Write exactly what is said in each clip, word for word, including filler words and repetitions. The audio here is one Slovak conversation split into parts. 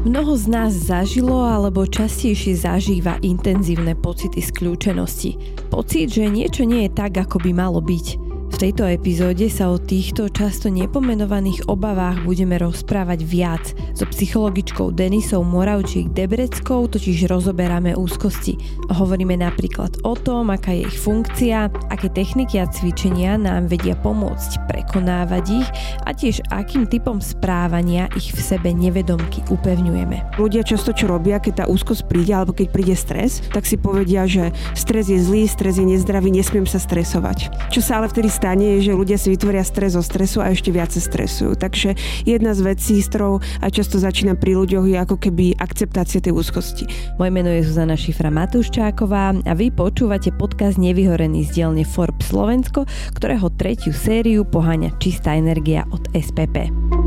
Mnoho z nás zažilo alebo častejšie zažíva intenzívne pocity skľúčenosti. Pocit, že niečo nie je tak, ako by malo byť. V tejto epizóde sa o týchto často nepomenovaných obavách budeme rozprávať viac. So psychologičkou Denisou Moravčík-Debreckou totiž rozoberáme úzkosti. Hovoríme napríklad o tom, aká je ich funkcia, aké techniky a cvičenia nám vedia pomôcť prekonávať ich a tiež akým typom správania ich v sebe nevedomky upevňujeme. Ľudia často čo robia, keď tá úzkosť príde alebo keď príde stres, tak si povedia, že stres je zlý, stres je nezdravý, nesmiem sa stresovať. Čo sa ale vtedy stane, je, že ľudia si vytvoria stres zo stresu a ešte viac sa stresujú. Takže jedna z vecí, s ktorou aj často začína pri ľuďoch, je ako keby akceptácia tej úzkosti. Moje meno je Zuzana Šifra-Matúščáková a vy počúvate podcast Nevyhorený z dielne Forbes Slovensko, ktorého tretiu sériu poháňa Čistá energia od es pé pé.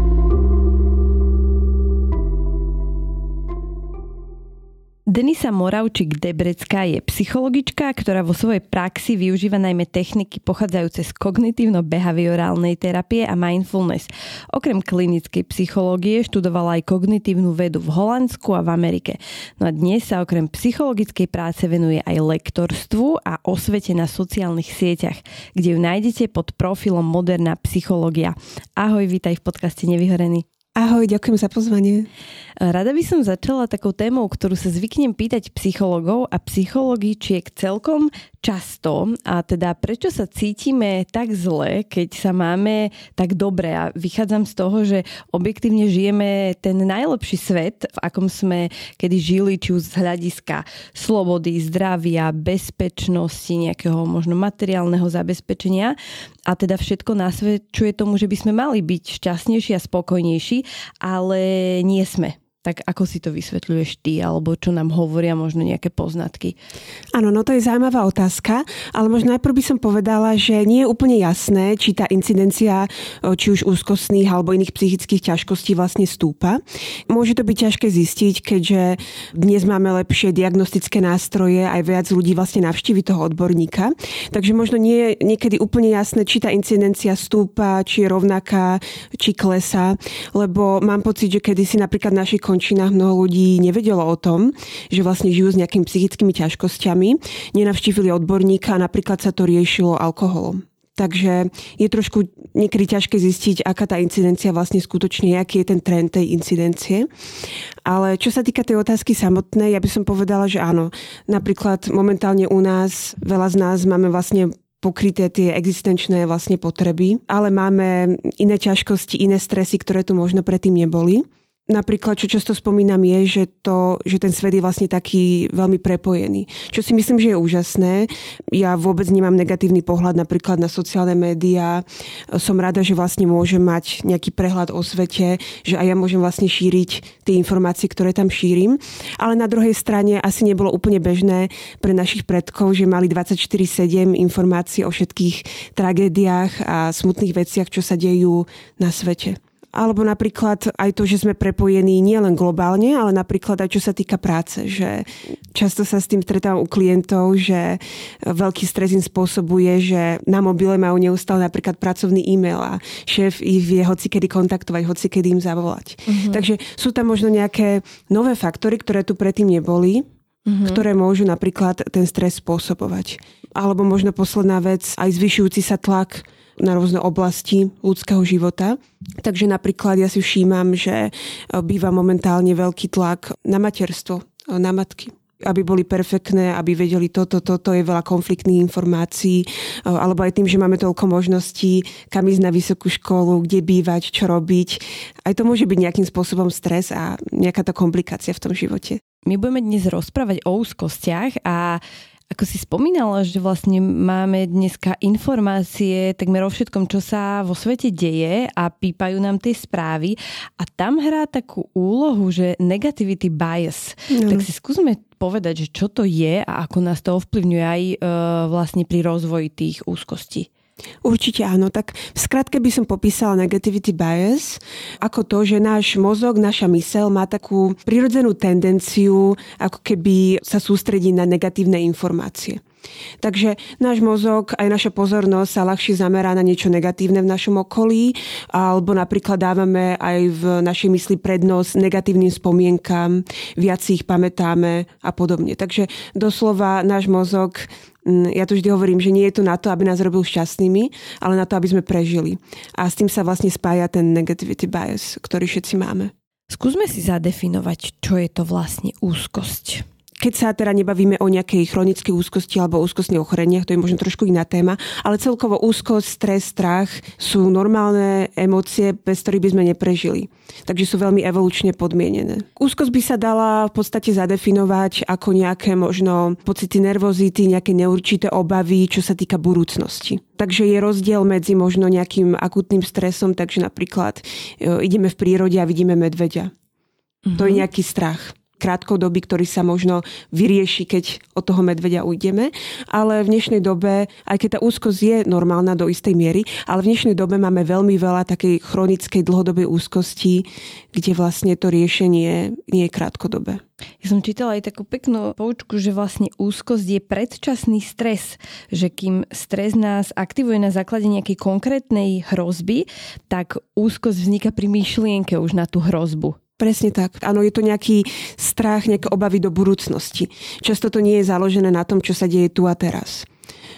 Denisa Moravčík-Debrecká je psychologička, ktorá vo svojej praxi využíva najmä techniky pochádzajúce z kognitívno-behaviorálnej terapie a mindfulness. Okrem klinickej psychológie študovala aj kognitívnu vedu v Holandsku a v Amerike. No a dnes sa okrem psychologickej práce venuje aj lektorstvu a osvete na sociálnych sieťach, kde ju nájdete pod profilom Moderná psychológia. Ahoj, vítaj v podcaste Nevyhorený. Ahoj, ďakujem za pozvanie. Rada by som začala takou témou, ktorú sa zvyknem pýtať psychologov a psychologičiek celkom často. A teda prečo sa cítime tak zle, keď sa máme tak dobre. A vychádzam z toho, že objektívne žijeme ten najlepší svet, v akom sme kedy žili, či už z hľadiska slobody, zdravia, bezpečnosti, nejakého možno materiálneho zabezpečenia. A teda všetko nasvedčuje tomu, že by sme mali byť šťastnejší a spokojnejší, ale nie sme. Tak ako si to vysvetľuješ ty, alebo čo nám hovoria možno nejaké poznatky? Áno, no to je zaujímavá otázka, ale možno najprv by som povedala, že nie je úplne jasné, či tá incidencia, či už úzkostných alebo iných psychických ťažkostí vlastne stúpa. Môže to byť ťažké zistiť, keďže dnes máme lepšie diagnostické nástroje, aj viac ľudí vlastne navštívi toho odborníka. Takže možno nie je niekedy úplne jasné, či tá incidencia stúpa, či je rovnaká, či klesá, lebo mám pocit, že kedysi napríklad naši končinách mnoho ľudí nevedelo o tom, že vlastne žijú s nejakými psychickými ťažkosťami, nenavštívili odborníka a napríklad sa to riešilo alkoholom. Takže je trošku niekedy ťažké zistiť, aká tá incidencia vlastne skutočne je, aký je ten trend tej incidencie. Ale čo sa týka tej otázky samotnej, ja by som povedala, že áno. Napríklad momentálne u nás, veľa z nás máme vlastne pokryté tie existenčné vlastne potreby, ale máme iné ťažkosti, iné stresy, ktoré tu možno predtým neboli. Napríklad, čo často spomínam je, že, to, že ten svet je vlastne taký veľmi prepojený. Čo si myslím, že je úžasné. Ja vôbec nemám negatívny pohľad napríklad na sociálne médiá. Som rada, že vlastne môžem mať nejaký prehľad o svete, že aj ja môžem vlastne šíriť tie informácie, ktoré tam šírim. Ale na druhej strane asi nebolo úplne bežné pre našich predkov, že mali dvadsaťštyri sedem informácií o všetkých tragédiách a smutných veciach, čo sa dejú na svete. Alebo napríklad aj to, že sme prepojení nielen globálne, ale napríklad aj čo sa týka práce. Že často sa s tým stretávam u klientov, že veľký stres im spôsobuje, že na mobile majú neustále napríklad pracovný e-mail a šéf ich vie hocikedy kontaktovať, hocikedy im zavolať. Uh-huh. Takže sú tam možno nejaké nové faktory, ktoré tu predtým neboli, uh-huh. ktoré môžu napríklad ten stres spôsobovať. Alebo možno posledná vec, aj zvyšujúci sa tlak na rôzne oblasti ľudského života. Takže napríklad ja si všímam, že býva momentálne veľký tlak na materstvo, na matky. Aby boli perfektné, aby vedeli toto, toto, je veľa konfliktných informácií, alebo aj tým, že máme toľko možností, kam ísť na vysokú školu, kde bývať, čo robiť. Aj to môže byť nejakým spôsobom stres a nejaká tá komplikácia v tom živote. My budeme dnes rozprávať o úzkostiach a ako si spomínala, že vlastne máme dneska informácie takmer o všetkom, čo sa vo svete deje a pípajú nám tie správy a tam hrá takú úlohu, že negativity bias. No. Tak si skúsme povedať, že čo to je a ako nás to ovplyvňuje aj e, vlastne pri rozvoji tých úzkostí. Určite áno. Tak v skratke by som popísala negativity bias ako to, že náš mozog, naša myseľ má takú prirodzenú tendenciu ako keby sa sústrediť na negatívne informácie. Takže náš mozog, aj naša pozornosť sa ľahšie zamerá na niečo negatívne v našom okolí, alebo napríklad dávame aj v našej mysli prednosť negatívnym spomienkam, viac si ich pamätáme a podobne. Takže doslova náš mozog, ja to vždy hovorím, že nie je to na to, aby nás robil šťastnými, ale na to, aby sme prežili. A s tým sa vlastne spája ten negativity bias, ktorý všetci máme. Skúsme si zadefinovať, čo je to vlastne úzkosť. Keď sa teda nebavíme o nejakej chronickej úzkosti alebo úzkostných ochoreniach, to je možno trošku iná téma, ale celkovo úzkosť, stres, strach sú normálne emócie, bez ktorých by sme neprežili. Takže sú veľmi evolučne podmienené. Úzkosť by sa dala v podstate zadefinovať ako nejaké možno pocity nervozity, nejaké neurčité obavy, čo sa týka budúcnosti. Takže je rozdiel medzi možno nejakým akutným stresom, takže napríklad ideme v prírode a vidíme medveďa. Mm-hmm. To je nejaký strach krátkodoby, ktorý sa možno vyrieši, keď od toho medveďa ujdeme. Ale v dnešnej dobe, aj keď tá úzkosť je normálna do istej miery, ale v dnešnej dobe máme veľmi veľa takej chronickej dlhodobej úzkosti, kde vlastne to riešenie nie je krátkodobé. Ja som čítala aj takú peknú poučku, že vlastne úzkosť je predčasný stres, že kým stres nás aktivuje na základe nejakej konkrétnej hrozby, tak úzkosť vzniká pri myšlienke už na tú hrozbu. Presne tak. Áno, je to nejaký strach, nejaké obavy do budúcnosti. Často to nie je založené na tom, čo sa deje tu a teraz.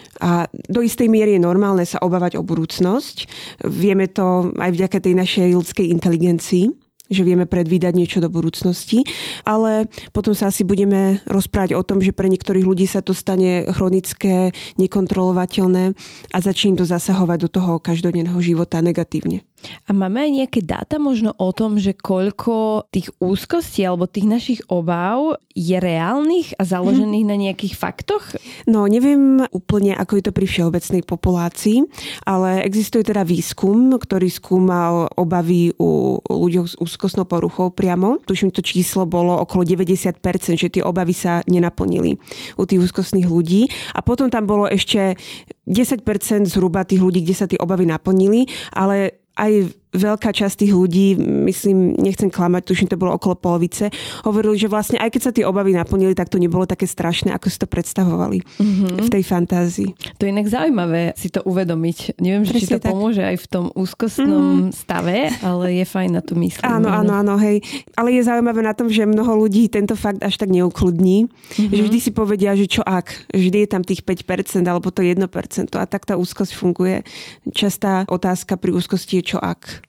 A do istej miery je normálne sa obávať o budúcnosť. Vieme to aj vďaka tej našej ľudskej inteligencii, že vieme predvídať niečo do budúcnosti, ale potom sa asi budeme rozprávať o tom, že pre niektorých ľudí sa to stane chronické, nekontrolovateľné a začne to zasahovať do toho každodenného života negatívne. A máme aj nejaké dáta možno o tom, že koľko tých úzkostí alebo tých našich obáv je reálnych a založených hmm. na nejakých faktoch? No, neviem úplne, ako je to pri všeobecnej populácii, ale existuje teda výskum, ktorý skúmal obavy u ľuďoch s úzkostnou poruchou priamo. Tuším, to číslo bolo okolo deväťdesiat percent, že tie obavy sa nenaplnili u tých úzkostných ľudí. A potom tam bolo ešte desať percent zhruba tých ľudí, kde sa tie obavy naplnili, ale aj veľká časť tých ľudí, myslím, nechcem klamať, tuším, to bolo okolo polovice, hovorili, že vlastne aj keď sa tie obavy naplnili, tak to nebolo také strašné, ako si to predstavovali mm-hmm. v tej fantázii. To je inak zaujímavé si to uvedomiť. Neviem, že či to tak pomôže aj v tom úzkostnom mm. stave, ale je fajn na to myslieť. Áno, áno, áno, hej. Ale je zaujímavé na tom, že mnoho ľudí tento fakt až tak neukludní, mm-hmm. že vždy si povedia, že čo ak, vždy je tam tých päť percent alebo to jedno percento a tak tá úzkosť funguje. Častá otázka pri úzkosti je čo ak.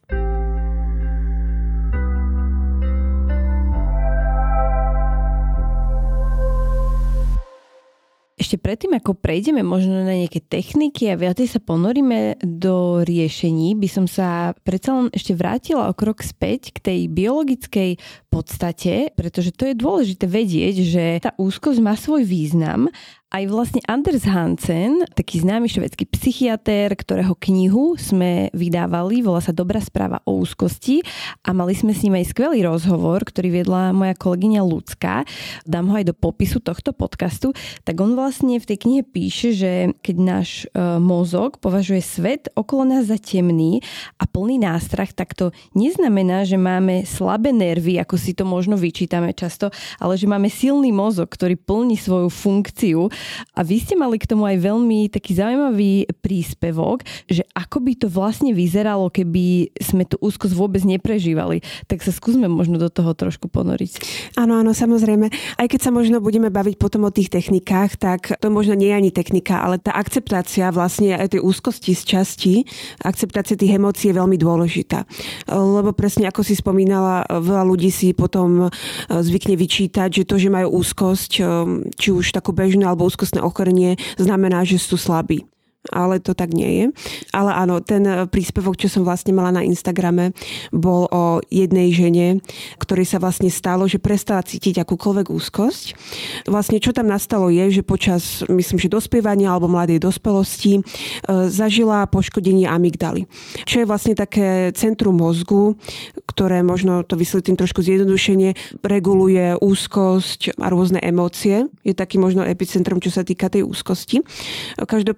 Ešte predtým, ako prejdeme možno na nejaké techniky a viacej sa ponoríme do riešení, by som sa predsa len ešte vrátila o krok späť k tej biologickej podstate, pretože to je dôležité vedieť, že tá úzkosť má svoj význam. Aj vlastne Anders Hansen, taký známy švédsky psychiatér, ktorého knihu sme vydávali, volá sa Dobrá správa o úzkosti a mali sme s ním aj skvelý rozhovor, ktorý viedla moja kolegyňa Lucka. Dám ho aj do popisu tohto podcastu. Tak on vlastne v tej knihe píše, že keď náš e, mozog považuje svet okolo nás za temný a plný nástrach, tak to neznamená, že máme slabé nervy, ako si to možno vyčítame často, ale že máme silný mozog, ktorý plní svoju funkciu. A vy ste mali k tomu aj veľmi taký zaujímavý príspevok, že ako by to vlastne vyzeralo, keby sme tú úzkosť vôbec neprežívali. Tak sa skúsme možno do toho trošku ponoriť. Áno, áno, samozrejme. Aj keď sa možno budeme baviť potom o tých technikách, tak to možno nie je ani technika, ale tá akceptácia vlastne aj tej úzkosti z časti, akceptácia tých emócií je veľmi dôležitá. Lebo presne ako si spomínala, veľa ľudí si potom zvykne vyčítať, že to, že majú úzkosť, či už takú bežnú alebo úzkostné ochorenie, znamená, že sú slabí. Ale to tak nie je. Ale áno, ten príspevok, čo som vlastne mala na Instagrame, bol o jednej žene, ktorej sa vlastne stalo, že prestala cítiť akúkoľvek úzkosť. Vlastne čo tam nastalo je, že počas, myslím, že dospievania alebo mladej dospelosti e, zažila poškodenie amygdaly. Čo je vlastne také centrum mozgu, ktoré možno to vysvetlím trošku zjednodušene, reguluje úzkosť a rôzne emócie. Je taký možno epicentrum, čo sa týka tej úzkosti. Každopádne mala to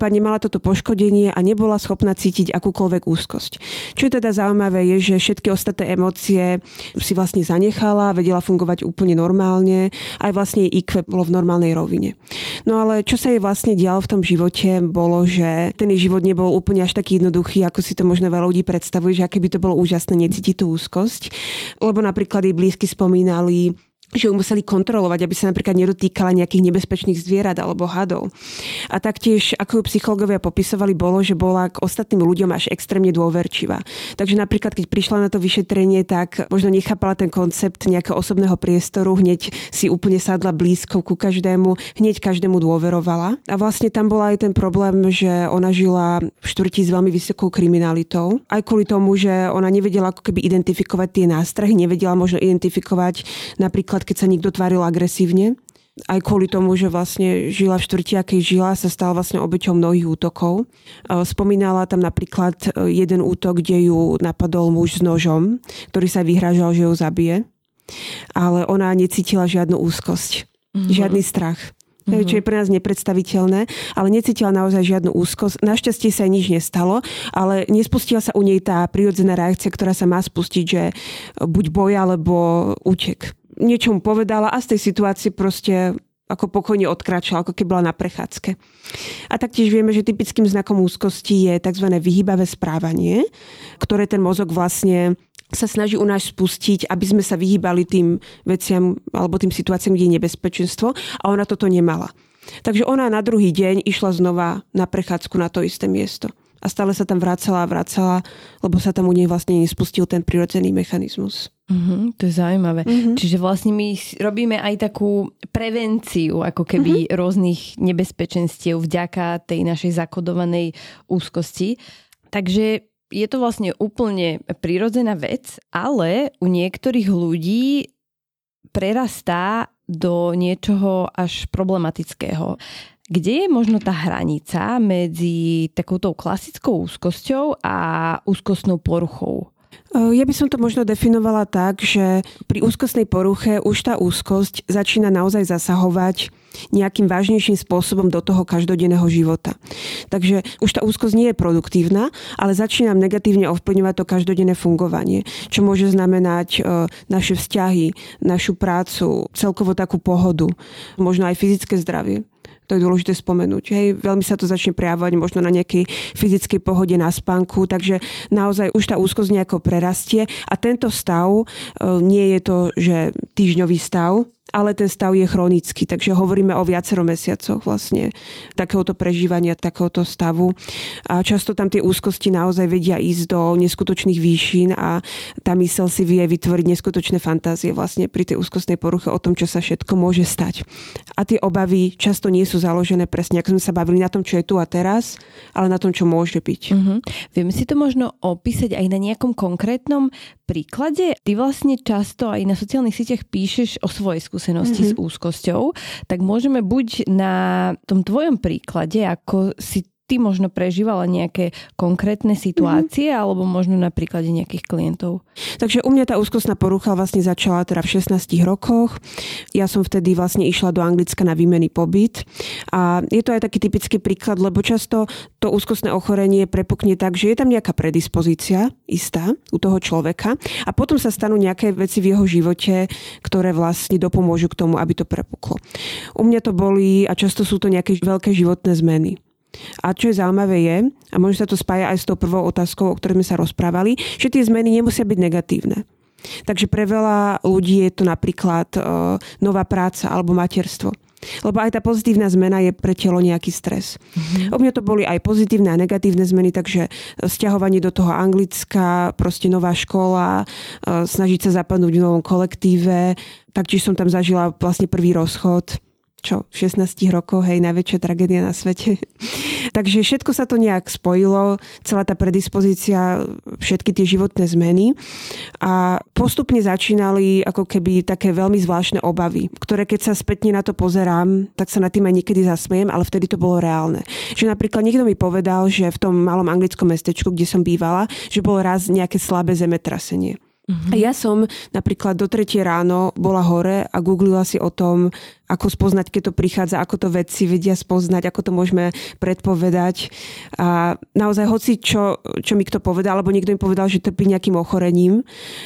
toto poškodenie a nebola schopná cítiť akúkoľvek úzkosť. Čo je teda zaujímavé, je, že všetky ostatné emócie si vlastne zanechala, vedela fungovať úplne normálne, aj vlastne jej í kvé bolo v normálnej rovine. No ale čo sa jej vlastne dialo v tom živote, bolo, že ten jej život nebol úplne až taký jednoduchý, ako si to možno veľa ľudí predstavuje, že aké by to bolo úžasné necítiť tú úzkosť. Lebo napríklad jej blízky spomínali, že ju museli kontrolovať, aby sa napríklad nedotýkala nejakých nebezpečných zvierat alebo hadov. A taktiež, ako ju psychológovia popisovali, bolo, že bola k ostatným ľuďom až extrémne dôverčivá. Takže napríklad, keď prišla na to vyšetrenie, tak možno nechápala ten koncept nejakého osobného priestoru, hneď si úplne sadla blízko ku každému, hneď každému dôverovala. A vlastne tam bola aj ten problém, že ona žila v štvrti s veľmi vysokou kriminalitou. Aj kvôli tomu, že ona nevedela ako keby identifikovať tie nástrahy, nevedela možno identifikovať napríklad keď sa niekto tváril agresívne. Aj kvôli tomu, že vlastne žila v štvrti, akej žila, sa stala vlastne obeťou mnohých útokov. Spomínala tam napríklad jeden útok, kde ju napadol muž s nožom, ktorý sa vyhrážal, že ju zabije. Ale ona necítila žiadnu úzkosť. Mm-hmm. Žiadny strach. Mm-hmm. Čo je pre nás nepredstaviteľné, ale necítila naozaj žiadnu úzkosť. Našťastie sa jej nič nestalo, ale nespustila sa u nej tá prirodzená reakcia, ktorá sa má spustiť, že buď boj alebo útek. Niečo mu povedala a z tej situácie proste ako pokojne odkráčala, ako keď bola na prechádzke. A taktiež vieme, že typickým znakom úzkosti je tzv. Vyhýbavé správanie, ktoré ten mozog vlastne sa snaží u nás spustiť, aby sme sa vyhýbali tým veciam alebo tým situáciám, kde je nebezpečenstvo, a ona toto nemala. Takže ona na druhý deň išla znova na prechádzku na to isté miesto. A stále sa tam vracala a vracala, lebo sa tam u nej vlastne nespustil ten prirodzený mechanizmus. Uh-huh, to je zaujímavé. Uh-huh. Čiže vlastne my robíme aj takú prevenciu ako keby uh-huh. rôznych nebezpečenstiev vďaka tej našej zakodovanej úzkosti. Takže je to vlastne úplne prirodzená vec, ale u niektorých ľudí prerastá do niečoho až problematického. Kde je možno tá hranica medzi takoutou klasickou úzkosťou a úzkostnou poruchou? Ja by som to možno definovala tak, že pri úzkostnej poruche už tá úzkosť začína naozaj zasahovať nejakým vážnejším spôsobom do toho každodenného života. Takže už tá úzkosť nie je produktívna, ale začína negatívne ovplyvňovať to každodenné fungovanie, čo môže znamenať naše vzťahy, našu prácu, celkovo takú pohodu, možno aj fyzické zdravie. To je dôležité spomenúť. Hej, veľmi sa to začne prejavovať možno na nejakej fyzickej pohode, na spánku, takže naozaj už tá úzkosť nejako prerastie a tento stav nie je to, že týždňový stav, ale ten stav je chronický, takže hovoríme o viacero mesiacoch vlastne takéhoto prežívania, takéhoto stavu. A často tam tie úzkosti naozaj vedia ísť do neskutočných výšin a tá myseľ si vie vytvoriť neskutočné fantázie vlastne pri tej úzkostnej poruche o tom, čo sa všetko môže stať. A tie obavy často nie sú založené presne, ako sme sa bavili, na tom, čo je tu a teraz, ale na tom, čo môže byť. Uh-huh. Vieme si to možno opísať aj na nejakom konkrétnom príklade? Ty vlastne často aj na sociálnych sieťach píšeš o svojej skúsenosti mm-hmm. s úzkosťou, tak môžeme buď na tom tvojom príklade, ako si ty možno prežívala nejaké konkrétne situácie, mm-hmm. alebo možno na príklade nejakých klientov. Takže u mňa tá úzkostná porucha vlastne začala teda v šestnástich rokoch. Ja som vtedy vlastne išla do Anglicka na výmenný pobyt. A je to aj taký typický príklad, lebo často to úzkostné ochorenie prepukne tak, že je tam nejaká predispozícia istá u toho človeka a potom sa stanú nejaké veci v jeho živote, ktoré vlastne dopomôžu k tomu, aby to prepuklo. U mňa to boli a často sú to nejaké veľké životné zmeny. A čo je zaujímavé je, a možno sa to spája aj s tou prvou otázkou, o ktorej sme sa rozprávali, že tie zmeny nemusia byť negatívne. Takže pre veľa ľudí je to napríklad uh, nová práca alebo materstvo. Lebo aj tá pozitívna zmena je pre telo nejaký stres. Mm-hmm. U mňa to boli aj pozitívne a negatívne zmeny, takže sťahovanie do toho Anglicka, proste nová škola, uh, snažiť sa zapadnúť v novom kolektíve, taktiež som tam zažila vlastne prvý rozchod. Čo, v šestnástich rokoch, hej, najväčšia tragédia na svete. Takže všetko sa to nejak spojilo, celá tá predispozícia, všetky tie životné zmeny a postupne začínali ako keby také veľmi zvláštne obavy, ktoré keď sa spätne na to pozerám, tak sa nad tým aj niekedy zasmejem, ale vtedy to bolo reálne. Že napríklad niekto mi povedal, že v tom malom anglickom mestečku, kde som bývala, že bolo raz nejaké slabé zemetrasenie. Uh-huh. A ja som napríklad do tretej ráno bola hore a googlila si o tom, ako spoznať, keď to prichádza, ako to vedci vedia spoznať, ako to môžeme predpovedať. A naozaj hoci čo, čo mi kto povedal, alebo niekto mi povedal, že trpí nejakým ochorením.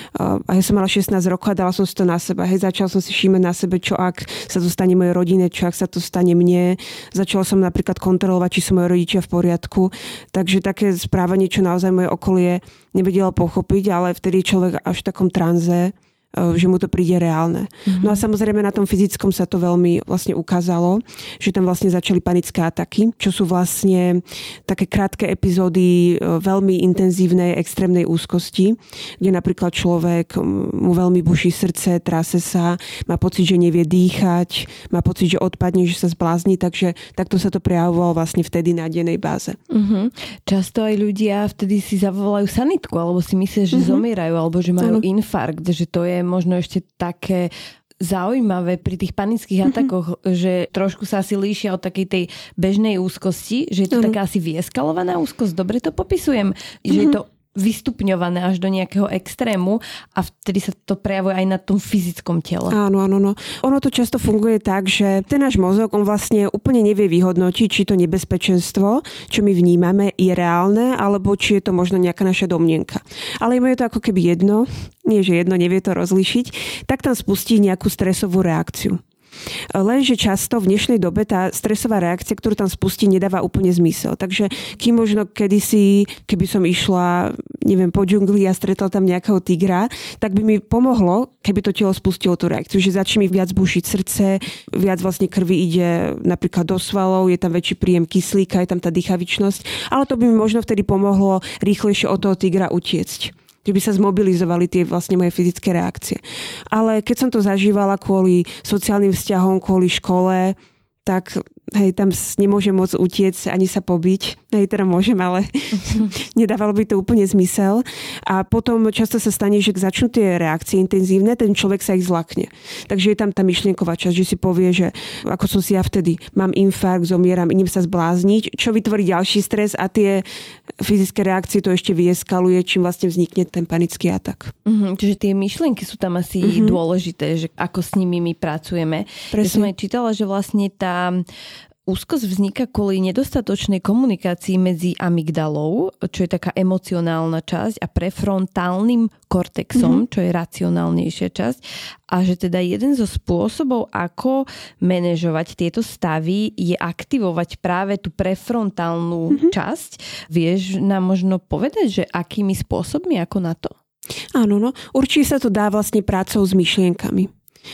A ja som mala šestnásť rokov a dala som si to na seba. Hej, začala som si všímať na sebe, čo ak sa to stane mojej rodine, čo ak sa to stane mne. Začala som napríklad kontrolovať, či sú moje rodičia v poriadku. Takže také správanie, čo naozaj moje okolie nevedelo pochopiť, ale vtedy človek až v takom tranze, že mu to príde reálne. Mm-hmm. No a samozrejme na tom fyzickom sa to veľmi vlastne ukázalo, že tam vlastne začali panické ataky, čo sú vlastne také krátke epizódy veľmi intenzívnej, extrémnej úzkosti, kde napríklad človek mu veľmi buší srdce, tráse sa, má pocit, že nevie dýchať, má pocit, že odpadne, že sa zblázni, takže takto sa to prejavovalo vlastne vtedy na dennej báze. Mm-hmm. Často aj ľudia vtedy si zavolajú sanitku, alebo si myslia, že mm-hmm. zomierajú, alebo že majú mm-hmm. infarkt, že to je možno ešte také zaujímavé pri tých panických atakoch, mm-hmm. že trošku sa asi líšia od takej tej bežnej úzkosti, že je to mm-hmm. taká asi vyeskalovaná úzkosť. Dobre to popisujem, mm-hmm. že je to vystupňované až do nejakého extrému a vtedy sa to prejavuje aj na tom fyzickom tele. Áno, áno, áno. Ono to často funguje tak, že ten náš mozog, on vlastne úplne nevie vyhodnotiť, či to nebezpečenstvo, čo my vnímame, je reálne, alebo či je to možno nejaká naša domnienka. Ale mu je to ako keby jedno, nie že jedno, nevie to rozlíšiť, tak tam spustí nejakú stresovú reakciu. Lenže často v dnešnej dobe tá stresová reakcia, ktorú tam spustí, nedáva úplne zmysel. Takže kým možno kedysi, keby som išla, neviem, po džungli a stretla tam nejakého tigra, tak by mi pomohlo, keby to telo spustilo tú reakciu, že začne mi viac bušiť srdce, viac vlastne krvi ide napríklad do svalov, je tam väčší príjem kyslíka, je tam tá dýchavičnosť, ale to by mi možno vtedy pomohlo rýchlejšie od toho tigra utiecť. Že by sa zmobilizovali tie vlastne moje fyzické reakcie. Ale keď som to zažívala kvôli sociálnym vzťahom, kvôli škole, tak hej, tam nemôžem môcť utiecť ani sa pobiť. Hej, teda môžem, ale nedávalo by to úplne zmysel. A potom často sa stane, že začnú tie reakcie intenzívne, ten človek sa ich zlakne. Takže je tam tá myšlienková časť, že si povie, že ako som si ja vtedy, mám infarkt, zomieram, idem sa zblázniť, čo vytvorí ďalší stres a tie fyzické reakcie to ešte vyeskaluje, čím vlastne vznikne ten panický atak. Uh-huh, čiže tie myšlienky sú tam asi uh-huh. dôležité, že ako s nimi my pracujeme. Presne. Ja som aj čítala, že vlastne tá úzkosť vzniká kvôli nedostatočnej komunikácii medzi amygdalou, čo je taká emocionálna časť, a prefrontálnym kortexom, mm-hmm. čo je racionálnejšia časť. A že teda jeden zo spôsobov, ako manažovať tieto stavy, je aktivovať práve tú prefrontálnu mm-hmm. časť. Vieš nám možno povedať, že akými spôsobmi, ako na to? Áno, no. Určite sa to dá vlastne prácou s myšlienkami.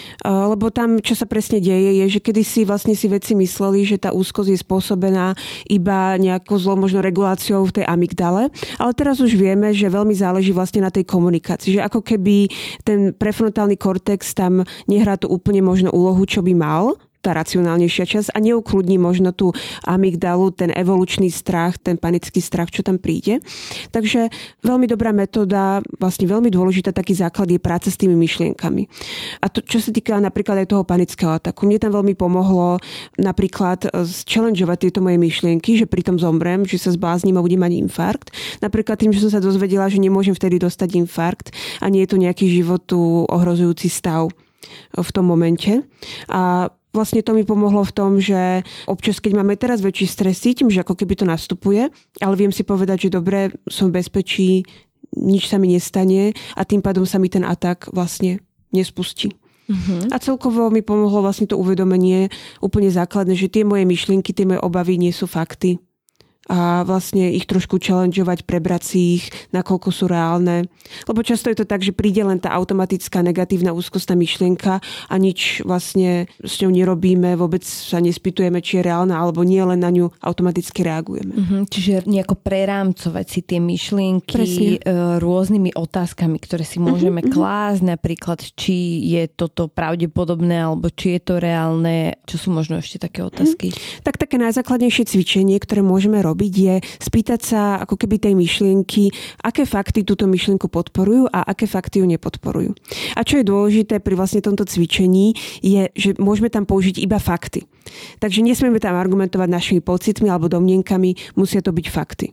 Lebo tam, čo sa presne deje, je, že kedysi vlastne si vedci mysleli, že tá úzkosť je spôsobená iba nejakou zlou možno reguláciou v tej amygdale, ale teraz už vieme, že veľmi záleží vlastne na tej komunikácii, že ako keby ten prefrontálny kortex tam nehrá tú úplne možno úlohu, čo by mal, tá racionálnejšia časť, a neukludní možno tú amygdalu, ten evolučný strach, ten panický strach, čo tam príde. Takže veľmi dobrá metóda, vlastne veľmi dôležitá taký základ je práca s tými myšlienkami. A to, čo sa týka napríklad aj toho panického ataku, mne tam veľmi pomohlo napríklad challengeovať tieto moje myšlienky, že pritom zomrem, že sa zblázním a budem mať infarkt. Napríklad tým, že som sa dozvedela, že nemôžem vtedy dostať infarkt a nie je to nejaký životu ohrozujúci stav v tom momente. A vlastne to mi pomohlo v tom, že občas, keď máme teraz väčší stres, cítim, že ako keby to nastupuje, ale viem si povedať, že dobre, som v bezpečí, nič sa mi nestane a tým pádom sa mi ten atak vlastne nespustí. Uh-huh. A celkovo mi pomohlo vlastne to uvedomenie úplne základné, že tie moje myšlienky, tie moje obavy nie sú fakty. A vlastne ich trošku challengeovať, prebrať si ich, nakoľko sú reálne. Lebo často je to tak, že príde len tá automatická negatívna úzkostná myšlienka a nič vlastne s ňou nerobíme, vôbec sa nespýtujeme, či je reálna, alebo nie, len na ňu automaticky reagujeme. Uh-huh. Čiže nejako prerámcovať si tie myšlienky Presne. rôznymi otázkami, ktoré si môžeme uh-huh. klásť, napríklad, či je toto pravdepodobné, alebo či je to reálne. Čo sú možno ešte také otázky? Uh-huh. Tak také najzákladnejšie cvičenie, ktoré môžeme robiť, je spýtať sa ako keby tej myšlienky, aké fakty túto myšlienku podporujú a aké fakty ju nepodporujú. A čo je dôležité pri vlastne tomto cvičení, je, že môžeme tam použiť iba fakty. Takže nesmieme tam argumentovať našimi pocitmi alebo domnienkami, musia to byť fakty.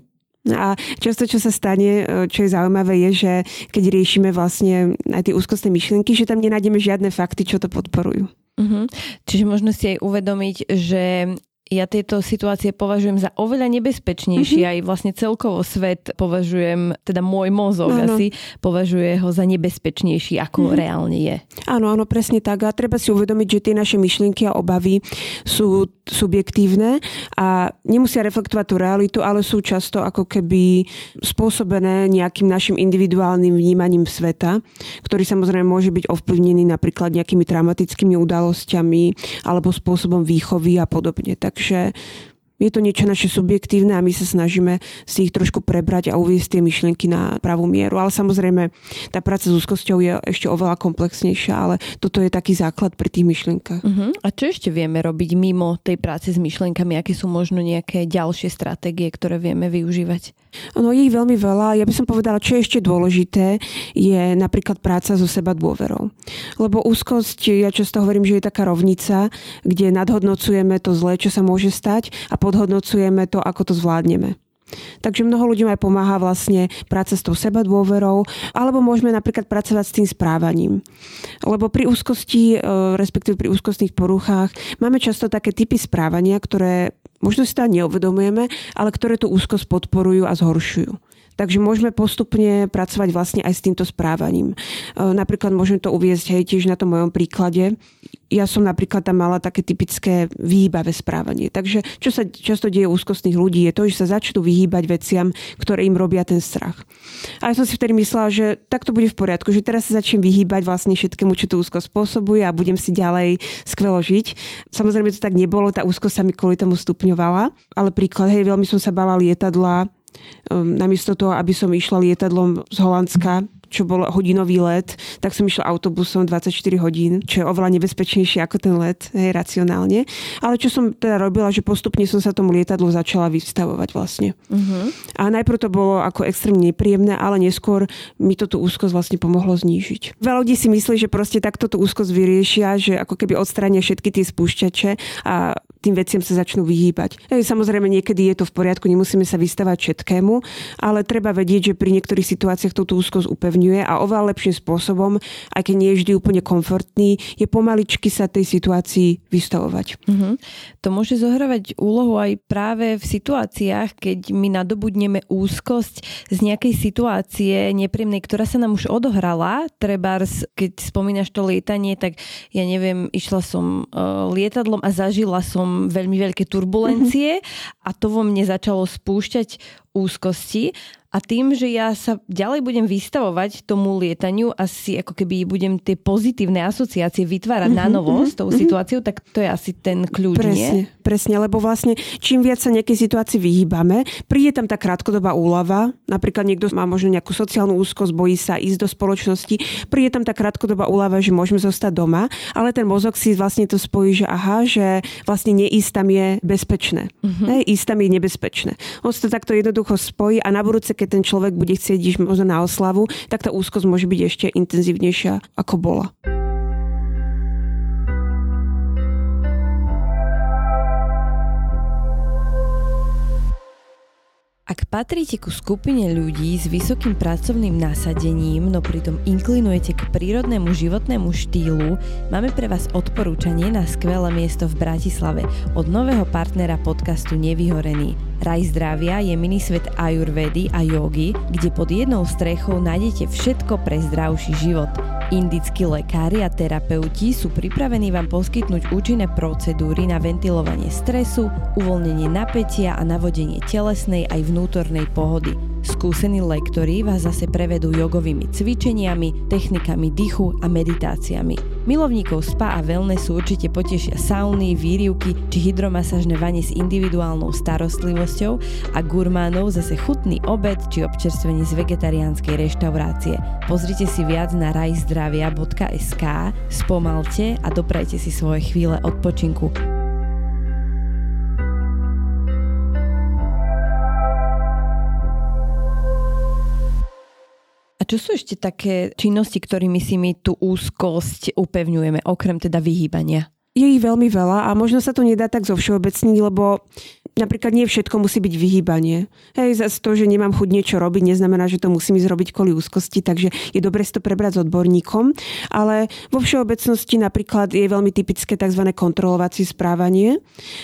A často, čo sa stane, čo je zaujímavé, je, že keď riešime vlastne aj tie úzkostné myšlienky, že tam nenájdeme žiadne fakty, čo to podporujú. Uh-huh. Čiže možno si aj uvedomiť, že ja tieto situácie považujem za oveľa nebezpečnejšie, mm-hmm. aj vlastne celkovo svet považujem, teda môj mozog áno. asi považuje ho za nebezpečnejší, ako mm-hmm. reálne je. Áno, áno, presne tak. A treba si uvedomiť, že tie naše myšlienky a obavy sú subjektívne a nemusia reflektovať tú realitu, ale sú často ako keby spôsobené nejakým našim individuálnym vnímaním sveta, ktorý samozrejme môže byť ovplyvnený napríklad nejakými traumatickými udalosťami alebo spôsobom výchovy a podobne. Tak Takže je to niečo naše subjektívne a my sa snažíme si ich trošku prebrať a uviesť tie myšlienky na pravú mieru. Ale samozrejme, tá práca s úzkosťou je ešte oveľa komplexnejšia, ale toto je taký základ pri tých myšlienkach. Uh-huh. A čo ešte vieme robiť mimo tej práce s myšlienkami? Aké sú možno nejaké ďalšie stratégie, ktoré vieme využívať? No je ich veľmi veľa. Ja by som povedala, čo je ešte dôležité, je napríklad práca so seba dôverou. Lebo úzkosť, ja často hovorím, že je taká rovnica, kde nadhodnocujeme to zlé, čo sa môže stať a podhodnocujeme to, ako to zvládneme. Takže mnoho ľuďom aj pomáha vlastne práca s tou seba dôverou, alebo môžeme napríklad pracovať s tým správaním. Lebo pri úzkosti, respektíve pri úzkostných poruchách, máme často také typy správania, ktoré možno si to neuvedomujeme, ale ktoré tú úzkosť podporujú a zhoršujú. Takže môžeme postupne pracovať vlastne aj s týmto správaním. Napríklad môžem to uviesť hej, tiež na tom mojom príklade. Ja som napríklad tam mala také typické vyhýbavé správanie. Takže čo sa často deje u úzkostných ľudí je to, že sa začnú vyhýbať veciam, ktoré im robia ten strach. A ja som si vtedy myslela, že tak to bude v poriadku, že teraz sa začnem vyhýbať vlastne všetkému, čo tú úzkosť spôsobuje a budem si ďalej skvelo žiť. Samozrejme to tak nebolo, tá úzkosť sa mi kvôli tomu stupňovala, ale príklad, hej, veľmi som sa bála lietadla. Namiesto toho, aby som išla lietadlom z Holandska, čo bol hodinový let, tak som išla autobusom dvadsaťštyri hodín, čo je oveľa nebezpečnejšie ako ten let, hej, racionálne. Ale čo som teda robila, že postupne som sa tomu lietadlu začala vystavovať vlastne. Uh-huh. A najprv to bolo ako extrémne nepríjemné, ale neskôr mi to tú úzkosť vlastne pomohlo znížiť. Veľa ľudí si myslí, že proste takto tú úzkosť vyriešia, že ako keby odstránia všetky tie spúšťače a tým veciam sa začnú vyhýbať. Hej, samozrejme niekedy je to v poriadku, nemusíme sa vystavať všetkému, ale treba vedieť, že pri niektorých situáciách tú úzkosť upevňuje a oveľa lepším spôsobom, aj keď nie je vždy úplne komfortný, je pomaličky sa tej situácii vystavovať. Mm-hmm. To môže zohrávať úlohu aj práve v situáciách, keď my nadobudneme úzkosť z nejakej situácie nepríjemnej, ktorá sa nám už odohrala. Trebárs, keď spomínaš to lietanie, tak ja neviem, išla som uh, lietadlom a zažila som veľmi veľké turbulencie mm-hmm. a to vo mne začalo spúšťať úzkosti. A tým, že ja sa ďalej budem vystavovať tomu lietaniu a si ako keby budem tie pozitívne asociácie vytvárať mm-hmm, na novo s tou mm-hmm. situáciou, tak to je asi ten kľúč, presne, nie? Presne, lebo vlastne čím viac sa nejakej situácii vyhýbame, príde tam tá krátkodobá úľava, napríklad niekto má možno nejakú sociálnu úzkosť, bojí sa ísť do spoločnosti, príde tam tá krátkodobá úľava, že môžeme zostať doma, ale ten mozog si vlastne to spojí, že aha, že vlastne neísť tam je bezpečné. Mm-hmm. Ne, ísť tam je nebezpečné. On si to takto jednoducho spojí a na budúce, keď ten človek bude chcieť ísť možno na oslavu, tak tá úzkosť môže byť ešte intenzívnejšia, ako bola. Ak patríte ku skupine ľudí s vysokým pracovným nasadením, no pritom inklinujete k prírodnému životnému štýlu, máme pre vás odporúčanie na skvelé miesto v Bratislave od nového partnera podcastu Nevyhorený. Raj zdravia je minisvet ajurvédy a jogy, kde pod jednou strechou nájdete všetko pre zdravší život. Indickí lekári a terapeuti sú pripravení vám poskytnúť účinné procedúry na ventilovanie stresu, uvoľnenie napätia a navodenie telesnej aj vnútornej pohody. Skúsení lektori vás zase prevedú jogovými cvičeniami, technikami dychu a meditáciami. Milovníkov spa a wellnessu určite potešia sauny, výrivky či hydromasážne vane s individuálnou starostlivosťou a gurmánov zase chutný obed či občerstvenie z vegetariánskej reštaurácie. Pozrite si viac na rajzdravia bodka es ká, spomalte a doprajte si svoje chvíle odpočinku. A čo sú ešte také činnosti, ktorými si my tú úzkosť upevňujeme, okrem teda vyhýbania? Je ich veľmi veľa a možno sa to nedá tak zovšeobecniť, lebo Napríklad nie všetko musí byť vyhýbanie. Hej, zase to, že nemám chuť niečo robiť, neznamená, že to musím ísť robiť kvôli úzkosti, takže je dobre si to prebrať s odborníkom. Ale vo všeobecnosti napríklad je veľmi typické tzv. Kontrolovacie správanie.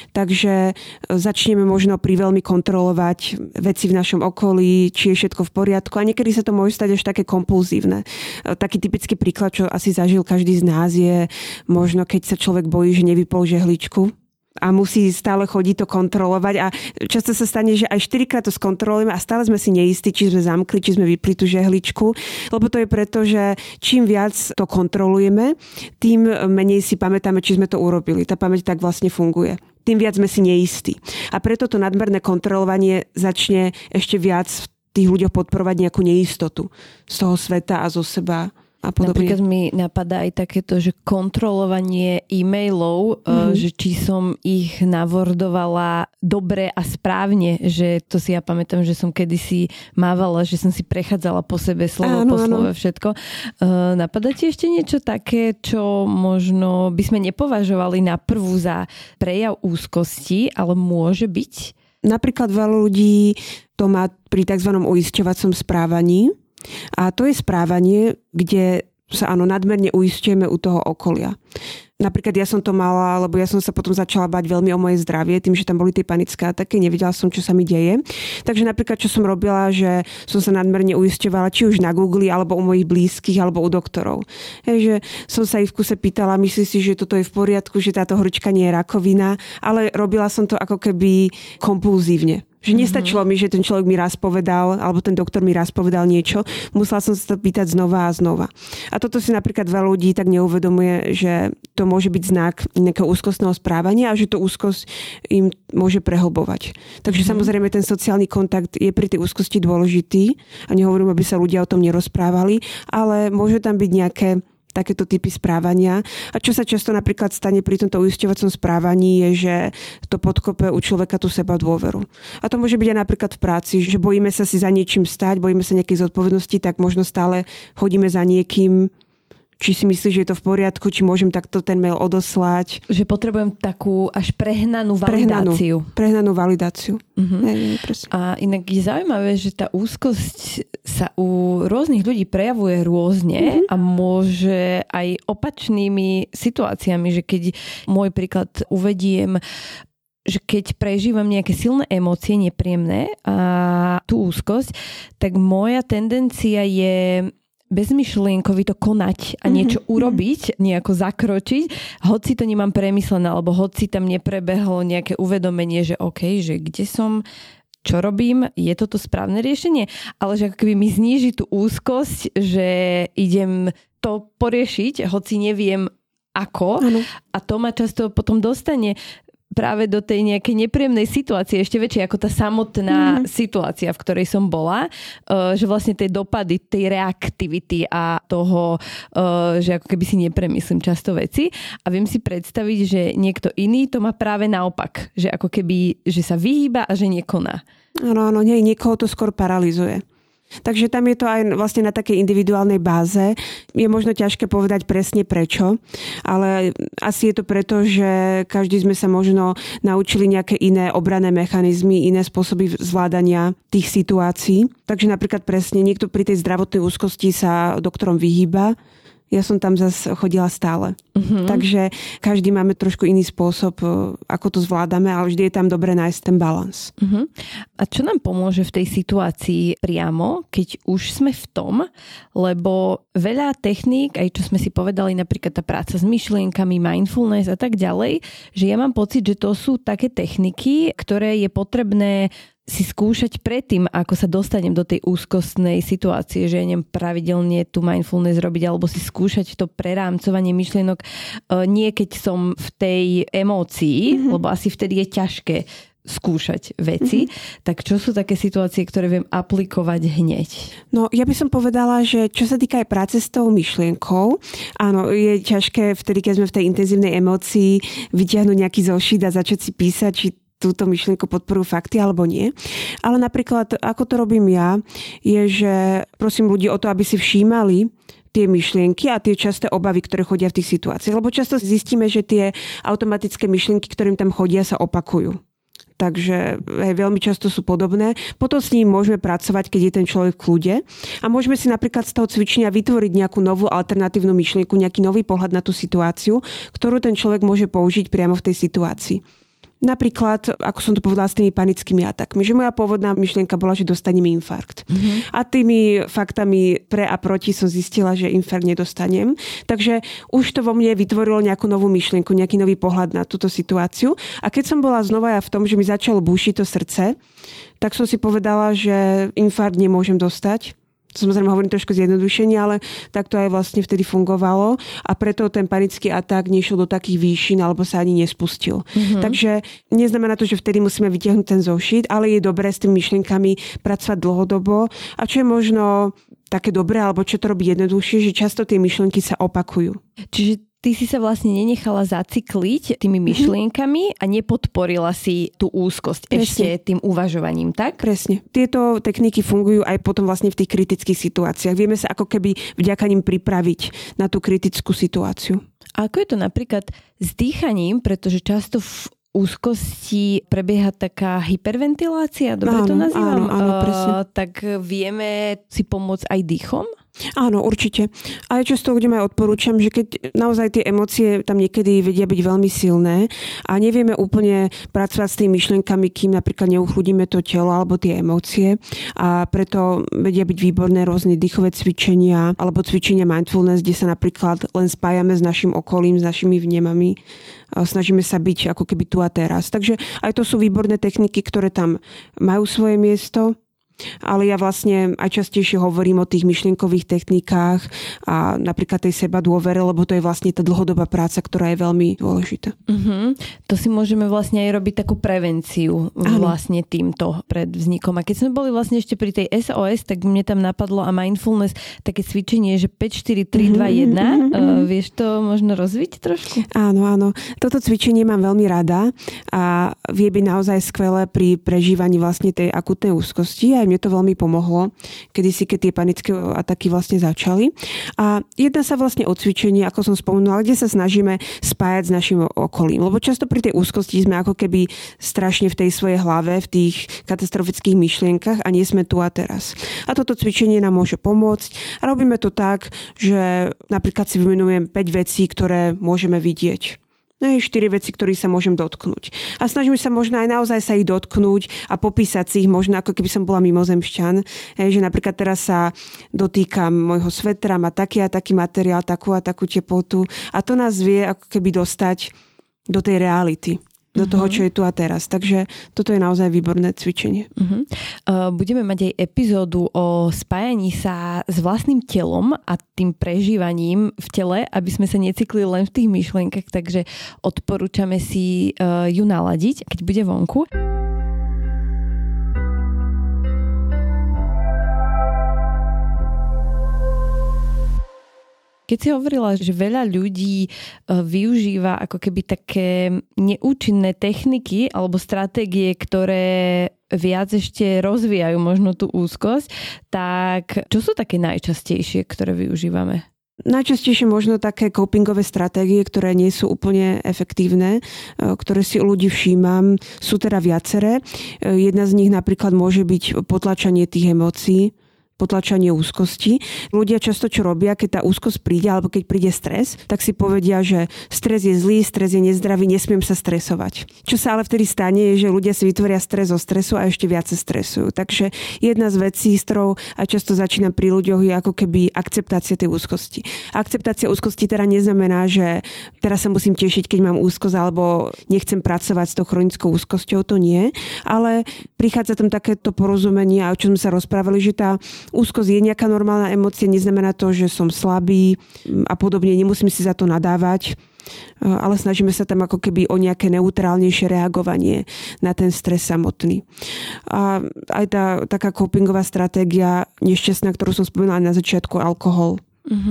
Takže začneme možno pri veľmi kontrolovať veci v našom okolí, či je všetko v poriadku. A niekedy sa to môže stať až také kompulzívne. Taký typický príklad, čo asi zažil každý z nás, je možno keď sa človek bojí, že nevypol žehličku a musí stále chodiť to kontrolovať a často sa stane, že aj štyrikrát to skontrolujeme a stále sme si neistí, či sme zamkli, či sme vypli tú žehličku, lebo to je preto, že čím viac to kontrolujeme, tým menej si pamätáme, či sme to urobili. Tá pamäť tak vlastne funguje. Tým viac sme si neistí. A preto to nadmerné kontrolovanie začne ešte viac v tých ľuďoch podporovať nejakú neistotu z toho sveta a zo seba. A napríklad mi napadá aj takéto, že kontrolovanie e-mailov, mm-hmm. že či som ich navordovala dobre a správne, že to si ja pamätám, že som kedysi mávala, že som si prechádzala po sebe slovo áno, po slove všetko. Uh, napadá ti ešte niečo také, čo možno by sme nepovažovali na prvú za prejav úzkosti, ale môže byť? Napríklad veľa ľudí to má pri tzv. Uisťovacom správaní. A to je správanie, kde sa áno, nadmerne uisťujeme u toho okolia. Napríklad ja som to mala, lebo ja som sa potom začala bať veľmi o moje zdravie, tým, že tam boli tie panické ataky, nevedela som, čo sa mi deje. Takže napríklad, čo som robila, že som sa nadmerne uisťovala, či už na Google, alebo u mojich blízkych, alebo u doktorov. Hej, že som sa ich v kuse pýtala, myslí si, že toto je v poriadku, že táto horečka nie je rakovina, ale robila som to ako keby kompulzívne. Že nestačilo mi, že ten človek mi raz povedal, alebo ten doktor mi raz povedal niečo. Musela som sa to pýtať znova a znova. A toto si napríklad veľa ľudí tak neuvedomuje, že to môže byť znak nejakého úzkostného správania a že to úzkosť im môže prehlbovať. Takže mm-hmm. samozrejme ten sociálny kontakt je pri tej úzkosti dôležitý a nehovorím, aby sa ľudia o tom nerozprávali, ale môže tam byť nejaké takéto typy správania. A čo sa často napríklad stane pri tomto uisťovacom správaní je, že to podkope u človeka tú seba dôveru. A to môže byť aj napríklad v práci, že bojíme sa si za niečím stať, bojíme sa nejakej zodpovednosti, tak možno stále chodíme za niekým, či si myslíš, že je to v poriadku, či môžem takto ten mail odoslať. Že potrebujem takú až prehnanú validáciu. Prehnanú, prehnanú validáciu. Uh-huh. Ne, ne, a inak je zaujímavé, že tá úzkosť sa u rôznych ľudí prejavuje rôzne uh-huh. a môže aj opačnými situáciami, že keď môj príklad uvediem, že keď prežívam nejaké silné emócie, nepríjemné a tú úzkosť, tak moja tendencia je bezmyšlienkovito konať a niečo mm-hmm. urobiť, nejako zakročiť, hoci to nemám premyslené, alebo hoci tam neprebehlo nejaké uvedomenie, že OK, že kde som, čo robím, je toto správne riešenie, ale že ako keby mi zníži tú úzkosť, že idem to poriešiť, hoci neviem ako ano. A to ma často potom dostane práve do tej nejakej nepríjemnej situácie, ešte väčšie ako tá samotná mm. situácia, v ktorej som bola, uh, že vlastne tie dopady, tej reaktivity a toho, uh, že ako keby si nepremyslím často veci a viem si predstaviť, že niekto iný to má práve naopak, že ako keby, že sa vyhýba a že nekoná. Áno, áno, nie, niekoho to skôr paralizuje. Takže tam je to aj vlastne na takej individuálnej báze. Je možno ťažké povedať presne prečo, ale asi je to preto, že každý sme sa možno naučili nejaké iné obranné mechanizmy, iné spôsoby zvládania tých situácií. Takže napríklad presne niekto pri tej zdravotnej úzkosti sa doktorom vyhýba. Ja som tam zase chodila stále. Uh-huh. Takže každý máme trošku iný spôsob, ako to zvládame, ale vždy je tam dobre nájsť ten balans. Uh-huh. A čo nám pomôže v tej situácii priamo, keď už sme v tom, lebo veľa techník, aj čo sme si povedali, napríklad tá práca s myšlienkami, mindfulness a tak ďalej, že ja mám pocit, že to sú také techniky, ktoré je potrebné si skúšať predtým, ako sa dostanem do tej úzkostnej situácie, že ja neviem pravidelne tú mindfulness robiť alebo si skúšať to prerámcovanie myšlienok nie keď som v tej emócii, mm-hmm. lebo asi vtedy je ťažké skúšať veci. Mm-hmm. Tak čo sú také situácie, ktoré viem aplikovať hneď? No, ja by som povedala, že čo sa týka aj práce s tou myšlienkou, áno, je ťažké vtedy, keď sme v tej intenzívnej emócii vyťahnuť nejaký zošit a začať si písať, či túto myšlienku podporujú fakty alebo nie. Ale napríklad, ako to robím ja, je, že prosím ľudí o to, aby si všímali tie myšlienky a tie časté obavy, ktoré chodia v tých situáciách. Lebo často zistíme, že tie automatické myšlienky, ktorým tam chodia, sa opakujú. takže hej, veľmi často sú podobné. Potom s ním môžeme pracovať, keď je ten človek v kľude a môžeme si napríklad z toho cvičenia vytvoriť nejakú novú alternatívnu myšlienku, nejaký nový pohľad na tú situáciu, ktorú ten človek môže použiť priamo v tej situácii. Napríklad, ako som to povedala s tými panickými atakmi, že moja pôvodná myšlienka bola, že dostanem infarkt. Mm-hmm. A tými faktami pre a proti som zistila, že infarkt nedostanem. Takže už to vo mne vytvorilo nejakú novú myšlienku, nejaký nový pohľad na túto situáciu. A keď som bola znova ja v tom, že mi začalo búšiť to srdce, tak som si povedala, že infarkt nemôžem dostať. Samozrejme hovorím trošku zjednodušenie, ale tak to aj vlastne vtedy fungovalo a preto ten panický atak nešiel do takých výšin alebo sa ani nespustil. Mm-hmm. Takže neznamená to, že vtedy musíme vytiahnuť ten zošit, ale je dobré s tými myšlienkami pracovať dlhodobo a čo je možno také dobré alebo čo to robí jednoduchšie, že často tie myšlienky sa opakujú. Čiže ty si sa vlastne nenechala zacykliť tými myšlienkami a nepodporila si tú úzkosť Presne. ešte tým uvažovaním, tak? Presne. Tieto techniky fungujú aj potom vlastne v tých kritických situáciách. Vieme sa ako keby vďaka nim pripraviť na tú kritickú situáciu. A ako je to napríklad s dýchaním, pretože často v úzkosti prebieha taká hyperventilácia, dobre áno, to nazývam? Áno, áno, presne. Uh, tak vieme si pomôcť aj dýchom? Áno, určite. Ale často ľuďom aj odporúčam, že keď naozaj tie emócie tam niekedy vedia byť veľmi silné a nevieme úplne pracovať s tými myšlienkami, kým napríklad neuchludíme to telo alebo tie emócie a preto vedia byť výborné rôzne dýchové cvičenia alebo cvičenia mindfulness, kde sa napríklad len spájame s našim okolím, s našimi vnemami. Snažíme sa byť ako keby tu a teraz. Takže aj to sú výborné techniky, ktoré tam majú svoje miesto. Ale ja vlastne aj častejšie hovorím o tých myšlienkových technikách a napríklad tej seba dôvere, lebo to je vlastne tá dlhodobá práca, ktorá je veľmi dôležitá. Uh-huh. To si môžeme vlastne aj robiť takú prevenciu Áno. vlastne týmto pred vznikom. A keď sme boli vlastne ešte pri tej es ó es, tak mne tam napadlo a mindfulness také cvičenie, že päť, štyri, tri, dva, jeden. Uh, vieš to možno rozviť trošku? Áno, áno. Toto cvičenie mám veľmi rada a vie byť naozaj skvelé pri prežívaní vlastne tej akutnej úzkosti. Mne to veľmi pomohlo, kedysi, keď tie panické ataky vlastne začali. A jedná sa vlastne o cvičenie, ako som spomenula, kde sa snažíme spájať s našim okolím. Lebo často pri tej úzkosti sme ako keby strašne v tej svojej hlave, v tých katastrofických myšlienkach a nie sme tu a teraz. A toto cvičenie nám môže pomôcť. A robíme to tak, že napríklad si vymenujem päť vecí, ktoré môžeme vidieť. štyri veci, ktorých sa môžem dotknúť. A snažím sa možno aj naozaj sa ich dotknúť a popísať si ich možno, ako keby som bola mimozemšťan. Že napríklad teraz sa dotýkam môjho svetra, má taký a taký materiál, takú a takú teplotu. A to nás vie ako keby dostať do tej reality. Do toho, čo je tu a teraz. Takže toto je naozaj výborné cvičenie. Uh-huh. Uh, budeme mať aj epizódu o spájaní sa s vlastným telom a tým prežívaním v tele, aby sme sa necykli len v tých myšlienkach, takže odporúčame si uh, ju naladiť, keď bude vonku. Keď si hovorila, že veľa ľudí využíva ako keby také neúčinné techniky alebo stratégie, ktoré viac ešte rozvíjajú možno tú úzkosť, tak čo sú také najčastejšie, ktoré využívame? Najčastejšie možno také copingové stratégie, ktoré nie sú úplne efektívne, ktoré si u ľudí všímam, sú teda viaceré. Jedna z nich napríklad môže byť potlačanie tých emócií, potlačanie úzkosti. Ľudia často čo robia, keď tá úzkosť príde alebo keď príde stres, tak si povedia, že stres je zlý, stres je nezdravý, nesmiem sa stresovať. Čo sa ale vtedy stane, je, že ľudia si vytvoria stres zo stresu a ešte viac sa stresujú. Takže jedna z vecí, s ktorou aj často začína pri ľuďoch, je ako keby akceptácia tej úzkosti. Akceptácia úzkosti teda neznamená, že teraz sa musím tešiť, keď mám úzkosť alebo nechcem pracovať s tou chronickou úzkosťou, to nie, ale prichádza tam takéto porozumenie, a o čom sme sa rozprávali, že tá úzkosť je nejaká normálna emócia, neznamená to, že som slabý a podobne, nemusím si za to nadávať, ale snažíme sa tam ako keby o nejaké neutrálnejšie reagovanie na ten stres samotný. A aj tá taká copingová stratégia nešťastná, ktorú som spomínala na začiatku, alkohol. Uh-huh.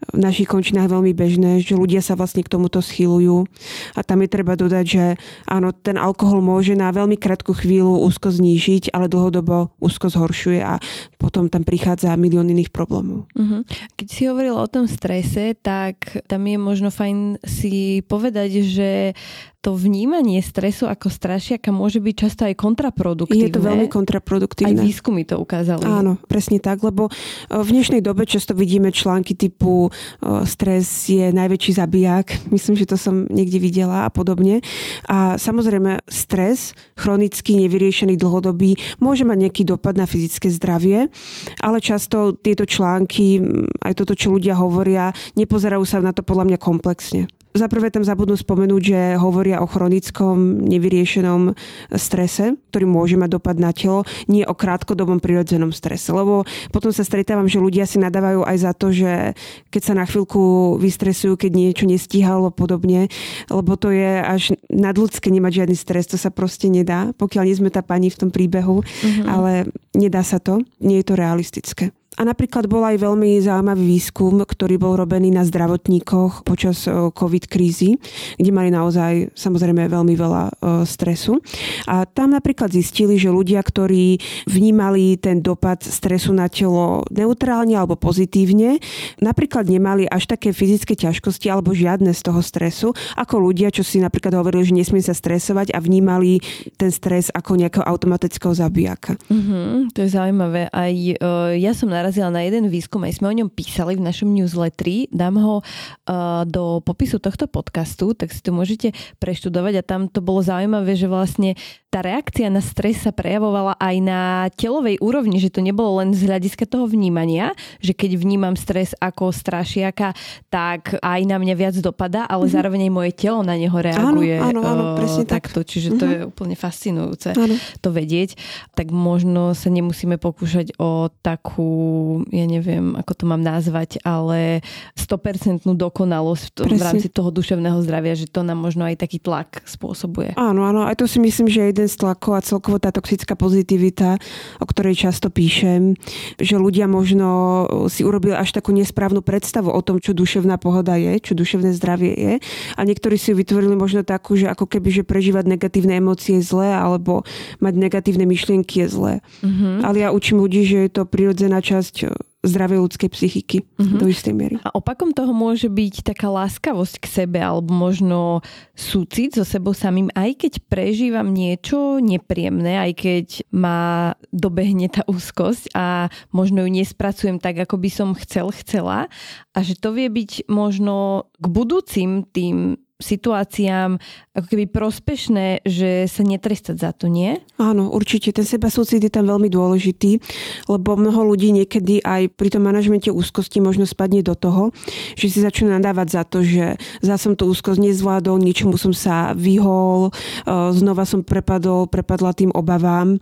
v našich končinách veľmi bežné, že ľudia sa vlastne k tomuto schyľujú. A tam je treba dodať, že áno, ten alkohol môže na veľmi krátku chvíľu úzko znížiť, ale dlhodobo úzko zhoršuje a potom tam prichádza milión iných problémov. Uh-huh. Keď si hovorila o tom strese, tak tam je možno fajn si povedať, že to vnímanie stresu ako strašiaka môže byť často aj kontraproduktívne. Je to veľmi kontraproduktívne. Aj výskumy to ukázali. Áno, presne tak, lebo v dnešnej dobe často vidíme články typu stres je najväčší zabiják. Myslím, že to som niekde videla a podobne. A samozrejme stres, chronický, nevyriešený, dlhodobý, môže mať nejaký dopad na fyzické zdravie, ale často tieto články, aj toto, čo ľudia hovoria, nepozerajú sa na to podľa mňa komplexne. Za prvé tam zabudnú spomenúť, že hovoria o chronickom, nevyriešenom strese, ktorý môže mať dopad na telo, nie o krátkodobom prirodzenom strese. Lebo potom sa stretávam, že ľudia si nadávajú aj za to, že keď sa na chvíľku vystresujú, keď niečo nestíhalo podobne, lebo to je až nadľudské nemať žiadny stres, to sa proste nedá, pokiaľ nie sme tá pani v tom príbehu, mm-hmm. ale nedá sa to, nie je to realistické. A napríklad bol aj veľmi zaujímavý výskum, ktorý bol robený na zdravotníkoch počas COVID krízy, kde mali naozaj samozrejme veľmi veľa stresu. A tam napríklad zistili, že ľudia, ktorí vnímali ten dopad stresu na telo neutrálne alebo pozitívne, napríklad nemali až také fyzické ťažkosti alebo žiadne z toho stresu, ako ľudia, čo si napríklad hovorili, že nesmie sa stresovať a vnímali ten stres ako nejakého automatického zabijaka. Mm-hmm, to je zaujímavé. Aj uh, ja som narazila na jeden výskum, aj sme o ňom písali v našom newsletteri. Dám ho uh, do popisu tohto podcastu, tak si to môžete preštudovať a tam to bolo zaujímavé, že vlastne tá reakcia na stres sa prejavovala aj na telovej úrovni, že to nebolo len z hľadiska toho vnímania, že keď vnímam stres ako strašiaka, tak aj na mňa viac dopadá, ale mm-hmm. zároveň aj moje telo na neho reaguje. Áno, áno, áno, presne takto. tak. Čiže to mm-hmm. je úplne fascinujúce áno. to vedieť. Tak možno sa nemusíme pokúšať o takú, ja neviem, ako to mám nazvať, ale sto percent dokonalosť v, to, v rámci toho duševného zdravia, že to nám možno aj taký tlak spôsobuje. Áno, áno, aj to si myslím, že jeden z tlakov a celkovo tá toxická pozitivita, o ktorej často píšem, že ľudia možno si urobili až takú nesprávnu predstavu o tom, čo duševná pohoda je, čo duševné zdravie je. A niektorí si vytvorili možno takú, že ako keby, že prežívať negatívne emócie je zlé, alebo mať negatívne myšlienky je zlé. Mm-hmm. Ale ja učím ľudí, že je to prirodzená časť zdravej ľudskej psychiky mm-hmm. do istej miery. A opakom toho môže byť taká láskavosť k sebe alebo možno súcit so sebou samým, aj keď prežívam niečo nepríjemné, aj keď ma dobehne tá úzkosť a možno ju nespracujem tak, ako by som chcel, chcela. A že to vie byť možno k budúcim tým situáciám ako keby prospešné, že sa netrestať za to, nie? Áno, určite. Ten sebasúcit je tam veľmi dôležitý, lebo mnoho ľudí niekedy aj pri tom manažmente úzkosti možno spadne do toho, že si začnú nadávať za to, že zase som tú úzkosť nezvládol, niečomu som sa vyhol, znova som prepadol, prepadla tým obavám,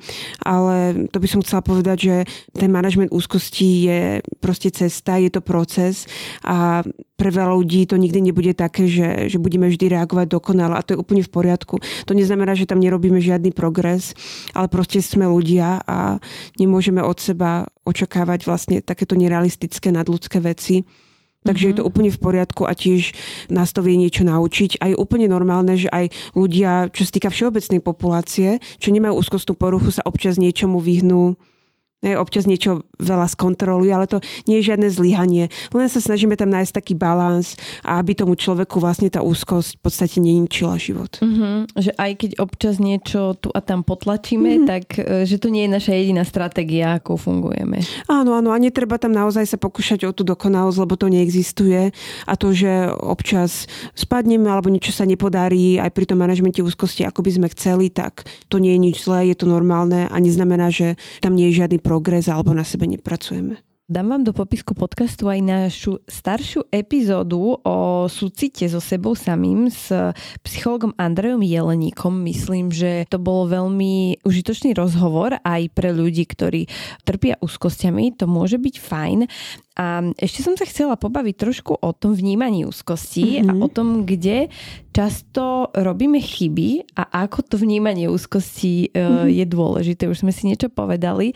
ale to by som chcela povedať, že ten manažment úzkosti je proste cesta, je to proces a pre veľa ľudí to nikdy nebude také, že, že budeme vždy reagovať dokonale a to je úplne v poriadku. To neznamená, že tam nerobíme žiadny progres, ale proste sme ľudia a nemôžeme od seba očakávať vlastne takéto nerealistické nadľudské veci. Takže mm-hmm. je to úplne v poriadku a tiež nás to vie niečo naučiť. A je úplne normálne, že aj ľudia, čo sa týka všeobecnej populácie, čo nemajú úzkostnú poruchu, sa občas niečomu vyhnú. Občas niečo veľa skontrolujú, ale to nie je žiadne zlyhanie. Len sa snažíme tam nájsť taký balans a aby tomu človeku vlastne tá úzkosť v podstate neničila život. Mm-hmm. Že aj keď občas niečo tu a tam potlačíme, mm-hmm. tak že to nie je naša jediná stratégia, ako fungujeme. Áno, áno. A netreba tam naozaj sa pokúšať o tú dokonalosť, lebo to neexistuje. A to, že občas spadneme alebo niečo sa nepodarí aj pri tom manažmente úzkosti, ako by sme chceli, tak to nie je nič zlé, je to normálne a neznamená, že tam nie je žiadny progres alebo na sebe nepracujeme. Dám vám do popisku podcastu aj našu staršiu epizódu o súcite so sebou samým s psychologom Andrejom Jeleníkom. Myslím, že to bol veľmi užitočný rozhovor aj pre ľudí, ktorí trpia úzkosťami. To môže byť fajn. A ešte som sa chcela pobaviť trošku o tom vnímaní úzkosti mm-hmm. a o tom, kde často robíme chyby a ako to vnímanie úzkosti mm-hmm. je dôležité. Už sme si niečo povedali,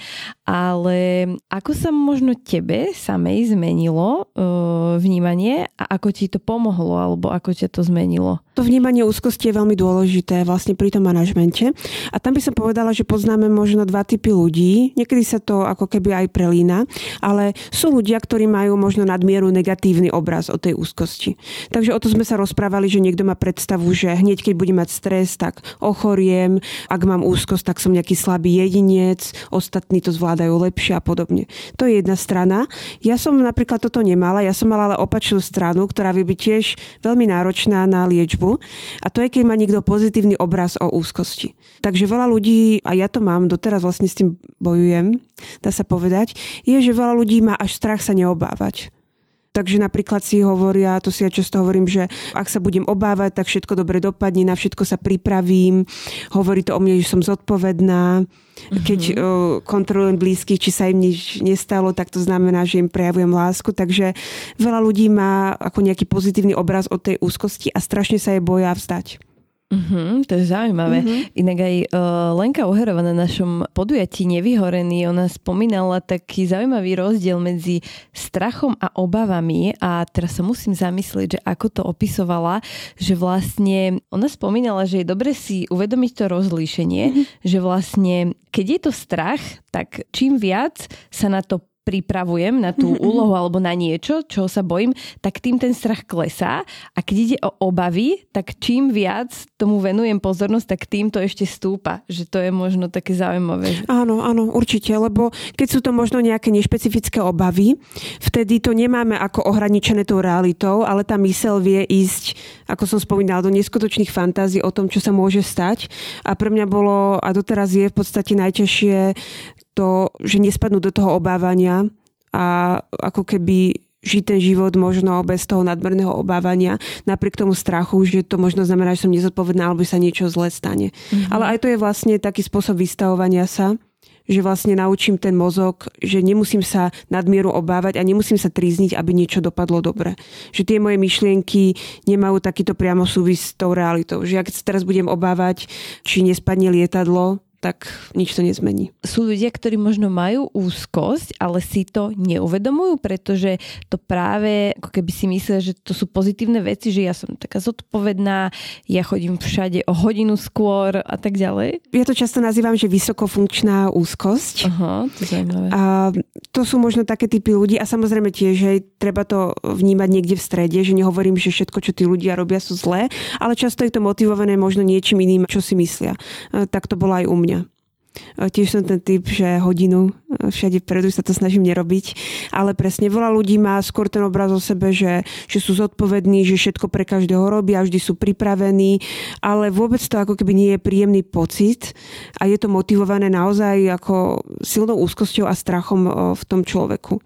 ale ako sa možno tebe samej zmenilo vnímanie a ako ti to pomohlo alebo ako ťa to zmenilo? To vnímanie úzkosti je veľmi dôležité vlastne pri tom manažmente. A tam by som povedala, že poznáme možno dva typy ľudí. Niekedy sa to ako keby aj prelína, ale sú ľudia, ktorí majú možno nadmieru negatívny obraz o tej úzkosti. Takže o to sme sa rozprávali, že niekto má predstavu, že hneď keď budem mať stres, tak ochoriem. Ak mám úzkosť, tak som nejaký slabý jedinec, ostatní to zvládajú lepšie a podobne. To je jedna strana. Ja som napríklad toto nemala, ja som mala ale opačnú stranu, ktorá vie byť tiež veľmi náročná na liečbu. A to je, keď má niekto pozitívny obraz o úzkosti. Takže veľa ľudí, a ja to mám, doteraz vlastne s tým bojujem, dá sa povedať, je, že veľa ľudí má až strach sa neobávať. Takže napríklad si hovoria, to si ja často hovorím, že ak sa budem obávať, tak všetko dobre dopadne, na všetko sa pripravím. Hovorí to o mne, že som zodpovedná. Keď mm-hmm. uh, kontrolujem blízkych, či sa im nič nestalo, tak to znamená, že im prejavujem lásku. Takže veľa ľudí má ako nejaký pozitívny obraz od tej úzkosti a strašne sa jej boja vzdať. Uh-huh, to je zaujímavé. Uh-huh. Inak aj uh, Lenka Oherová na našom podujatí Nevyhorený, ona spomínala taký zaujímavý rozdiel medzi strachom a obavami a teraz sa musím zamyslieť, že ako to opisovala, že vlastne ona spomínala, že je dobre si uvedomiť to rozlíšenie, uh-huh. že vlastne keď je to strach, tak čím viac sa na to pripravujem na tú úlohu alebo na niečo, čo sa bojím, tak tým ten strach klesá. A keď ide o obavy, tak čím viac tomu venujem pozornosť, tak tým to ešte stúpa. Že to je možno také zaujímavé. Áno, áno, určite, lebo keď sú to možno nejaké nešpecifické obavy, vtedy to nemáme ako ohraničené tou realitou, ale tá myseľ vie ísť, ako som spomínala, do neskutočných fantázií o tom, čo sa môže stať. A pre mňa bolo, a doteraz je v podstate najťažšie to, že nespadnú do toho obávania a ako keby žiť ten život možno bez toho nadmerného obávania, napriek tomu strachu, že to možno znamená, že som nezodpovedná alebo sa niečo zlé stane. Mm-hmm. Ale aj to je vlastne taký spôsob vystavovania sa, že vlastne naučím ten mozog, že nemusím sa nadmieru obávať a nemusím sa trízniť, aby niečo dopadlo dobre. Že tie moje myšlienky nemajú takýto priamo súvis s tou realitou. Že ak sa teraz budem obávať, či nespadne lietadlo, tak nič to nezmení. Sú ľudia, ktorí možno majú úzkosť, ale si to neuvedomujú, pretože to práve ako keby si myslia, že to sú pozitívne veci, že ja som taká zodpovedná, ja chodím všade o hodinu skôr a tak ďalej. Ja to často nazývam, že vysokofunkčná úzkosť. Aha, to je zaujímavé. A to sú možno také typy ľudí a samozrejme tiež, že treba to vnímať niekde v strede, že nehovorím, že všetko, čo tí ľudia robia, sú zlé, ale často je to motivované možno niečím iným, čo si myslia. Tak to bolo aj u mňa. Tiež som ten typ, že hodinu všade vpredu sa to snažím nerobiť, ale presne veľa ľudí má skôr ten obraz o sebe, že, že sú zodpovední, že všetko pre každého robia, vždy sú pripravení, ale vôbec to ako keby nie je príjemný pocit a je to motivované naozaj ako silnou úzkosťou a strachom v tom človeku.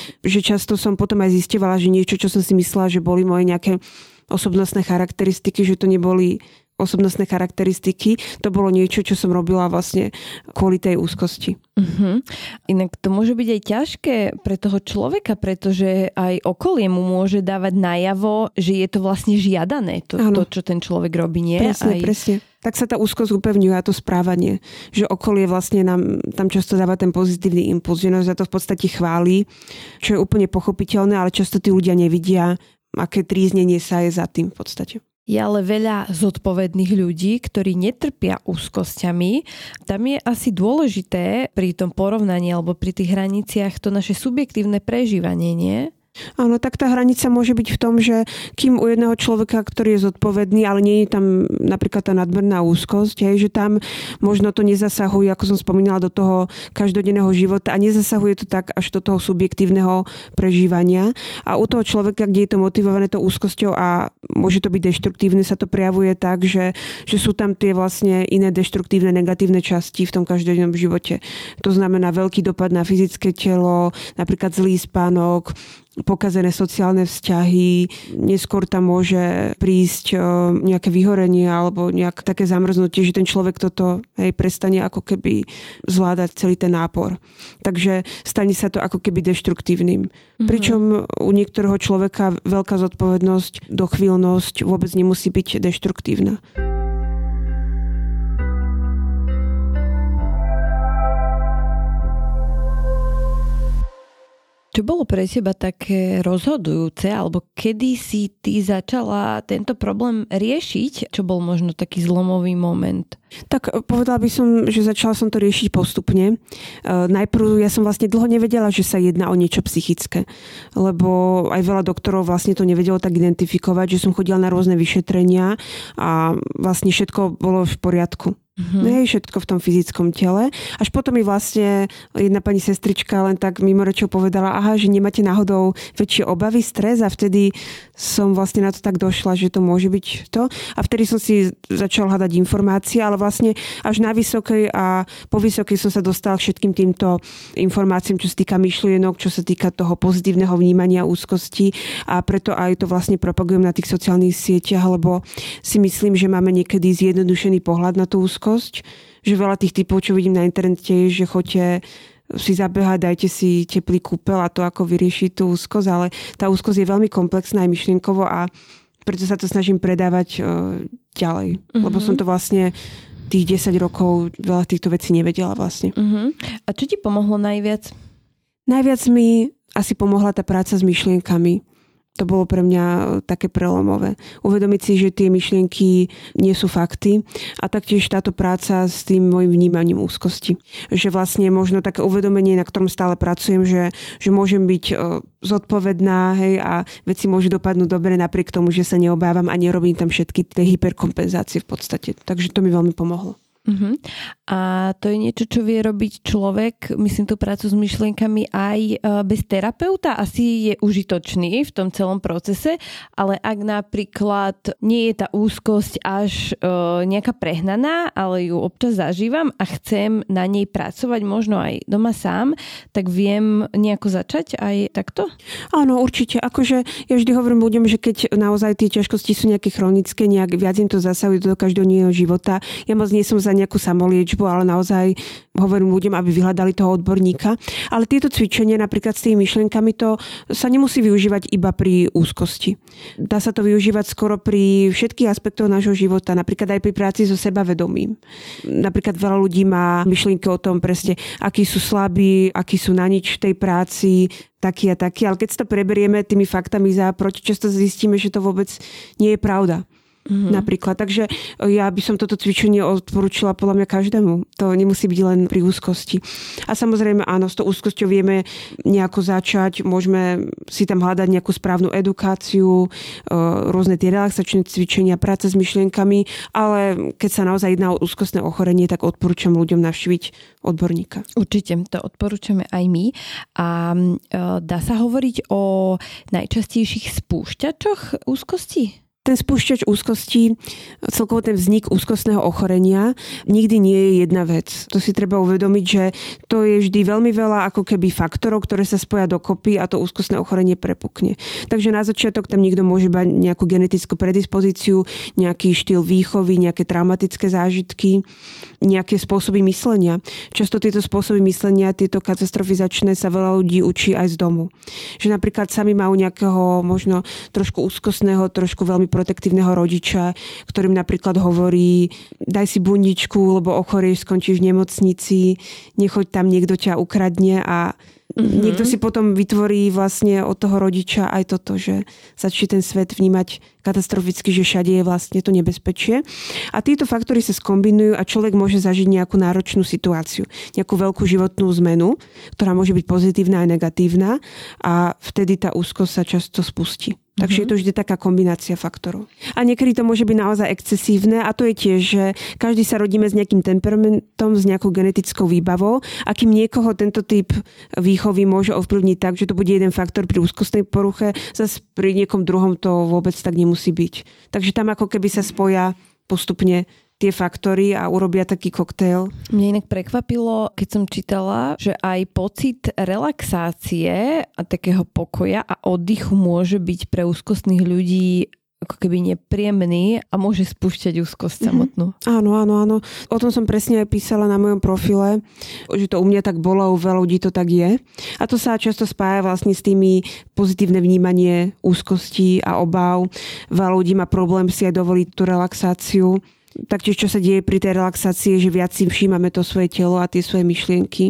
Že často som potom aj zisťovala, že niečo, čo som si myslela, že boli moje nejaké osobnostné charakteristiky, že to neboli osobnostné charakteristiky. To bolo niečo, čo som robila vlastne kvôli tej úzkosti. Uh-huh. Inak to môže byť aj ťažké pre toho človeka, pretože aj okolie mu môže dávať najavo, že je to vlastne žiadané, to, to čo ten človek robí, nie? Presne, aj... presne. Tak sa tá úzkosť upevňuje a to správanie. Že okolie vlastne nám tam často dáva ten pozitívny impuls, že nás za to v podstate chváli, čo je úplne pochopiteľné, ale často tí ľudia nevidia, aké tríznenie sa je za tým v podstate. Je ale veľa zodpovedných ľudí, ktorí netrpia úzkosťami. Tam je asi dôležité pri tom porovnaní alebo pri tých hraniciach to naše subjektívne prežívanie, nie? Áno, tak tá hranica môže byť v tom, že kým u jedného človeka, ktorý je zodpovedný, ale nie je tam napríklad tá nadmerná úzkosť, hej, že tam možno to nezasahuje, ako som spomínala, do toho každodenného života a nezasahuje to tak až do toho subjektívneho prežívania. A u toho človeka, kde je to motivované tou úzkosťou a môže to byť deštruktívne, sa to prejavuje tak, že, že sú tam tie vlastne iné deštruktívne, negatívne časti v tom každodennom živote. To znamená veľký dopad na fyzické telo, napríklad zlý spánok, pokazené sociálne vzťahy, neskôr tam môže prísť nejaké vyhorenie alebo nejaké také zamrznutie, že ten človek toto hej, prestane ako keby zvládať celý ten nápor. Takže stane sa to ako keby deštruktívnym. Mm-hmm. Pričom u niektorého človeka veľká zodpovednosť, dochvíľnosť vôbec nemusí byť deštruktívna. Čo bolo pre teba také rozhodujúce, alebo kedy si ty začala tento problém riešiť? Čo bol možno taký zlomový moment? Tak povedala by som, že začala som to riešiť postupne. Najprv ja som vlastne dlho nevedela, že sa jedná o niečo psychické, lebo aj veľa doktorov vlastne to nevedelo tak identifikovať, že som chodila na rôzne vyšetrenia a vlastne všetko bolo v poriadku. Mm-hmm. Nie, všetko v tom fyzickom tele. Až potom mi vlastne jedna pani sestrička len tak mimo rečou povedala, aha, že nemáte náhodou väčšie obavy, stres, a vtedy som vlastne na to tak došla, že to môže byť to. A vtedy som si začala hľadať informácie, ale vlastne až na vysokej a po vysokej som sa dostala k všetkým týmto informáciám, čo sa týka myšlienok, čo sa týka toho pozitívneho vnímania úzkosti, a preto aj to vlastne propagujem na tých sociálnych sieťach, lebo si myslím, že máme niekedy zjednodušený pohľad na tú úzkosť. Že veľa tých typov, čo vidím na internete, je, že choďte si zabehať, dajte si teplý kúpel a to ako vyrieši tú úzkosť, ale tá úzkosť je veľmi komplexná aj myšlienkovo a preto sa to snažím predávať uh, ďalej. Mm-hmm. Lebo som to vlastne tých desať rokov veľa týchto vecí nevedela vlastne. Mm-hmm. A čo ti pomohlo najviac? Najviac mi asi pomohla tá práca s myšlienkami. To bolo pre mňa také prelomové. Uvedomiť si, že tie myšlienky nie sú fakty, a taktiež táto práca s tým môjim vnímaním úzkosti. Že vlastne možno také uvedomenie, na ktorom stále pracujem, že, že môžem byť zodpovedná, hej, a veci môžu dopadnúť dobre napriek tomu, že sa neobávam a nerobím tam všetky tie hyperkompenzácie v podstate. Takže to mi veľmi pomohlo. Uh-huh. A to je niečo, čo vie robiť človek, myslím tú prácu s myšlienkami aj bez terapeuta, asi je užitočný v tom celom procese, ale ak napríklad nie je tá úzkosť až uh, nejaká prehnaná, ale ju občas zažívam a chcem na nej pracovať možno aj doma sám, tak viem nejako začať aj takto? Áno, určite. Akože ja vždy hovorím ľuďom, že keď naozaj tie ťažkosti sú nejaké chronické, nejak viac im to zasahuje do každodenného života. Ja moc nie som za nejakú samoliečbu, ale naozaj hovorím ľuďom, aby vyhľadali toho odborníka. Ale tieto cvičenia napríklad s tými myšlienkami, to sa nemusí využívať iba pri úzkosti. Dá sa to využívať skoro pri všetkých aspektoch nášho života, napríklad aj pri práci so sebavedomím. Napríklad veľa ľudí má myšlienky o tom presne, akí sú slabí, akí sú na nič v tej práci, taký a taký. Ale keď si to preberieme tými faktami za proti, často zistíme, že to vôbec nie je pravda. Mm-hmm. Napríklad. Takže ja by som toto cvičenie odporúčila podľa mňa každému. To nemusí byť len pri úzkosti. A samozrejme áno, s tou úzkosťou vieme nejako začať, môžeme si tam hľadať nejakú správnu edukáciu, rôzne tie relaxačné cvičenia, práca s myšlienkami, ale keď sa naozaj jedná o úzkostné ochorenie, tak odporúčam ľuďom navštíviť odborníka. Určite, to odporúčame aj my. A dá sa hovoriť o najčastejších spúšťačoch úzkosti? Ten spúšťač úzkosti, celkovo ten vznik úzkostného ochorenia nikdy nie je jedna vec. To si treba uvedomiť, že to je vždy veľmi veľa ako keby faktorov, ktoré sa spoja dokopy a to úzkostné ochorenie prepukne. Takže na začiatok tam niekto môže mať nejakú genetickú predispozíciu, nejaký štýl výchovy, nejaké traumatické zážitky, nejaké spôsoby myslenia. Často tieto spôsoby myslenia, tieto katastrofizačné sa veľa ľudí učí aj z domu. Že napríklad sami majú nejakého možno trošku úzkostného, trošku veľmi protektívneho rodiča, ktorým napríklad hovorí, daj si bundičku, lebo ochorieš, skončíš v nemocnici, nechoď tam, niekto ťa ukradne, a mm-hmm. niekto si potom vytvorí vlastne od toho rodiča aj toto, že začne ten svet vnímať katastroficky, že všade je vlastne to nebezpečie. A títo faktory sa skombinujú a človek môže zažiť nejakú náročnú situáciu, nejakú veľkú životnú zmenu, ktorá môže byť pozitívna aj negatívna, a vtedy tá úzkosť sa často spustí. Takže mm-hmm. je to vždy taká kombinácia faktorov. A niekedy to môže byť naozaj excesívne, a to je tiež, že každý sa rodíme s nejakým temperamentom, s nejakou genetickou výbavou, a kým niekoho tento typ výchovy môže ovplyvniť tak, že to bude jeden faktor pri úzkostnej poruche, zase pri niekom druhom to vôbec tak nemusí byť. Takže tam ako keby sa spoja postupne tie faktory a urobia taký koktail. Mne inak prekvapilo, keď som čítala, že aj pocit relaxácie a takého pokoja a oddychu môže byť pre úzkostných ľudí ako keby nepríjemný a môže spúšťať úzkosť samotnú. Mm-hmm. Áno, áno, áno. O tom som presne aj písala na mojom profile, že to u mňa tak bolo, u veľa ľudí to tak je. A to sa často spája vlastne s tými pozitívne vnímanie úzkosti a obáv. Veľa ľudí má problém si aj dovoliť tú relaxáciu. Taktiež, čo sa deje pri tej relaxácii, že viac si všímame to svoje telo a tie svoje myšlienky,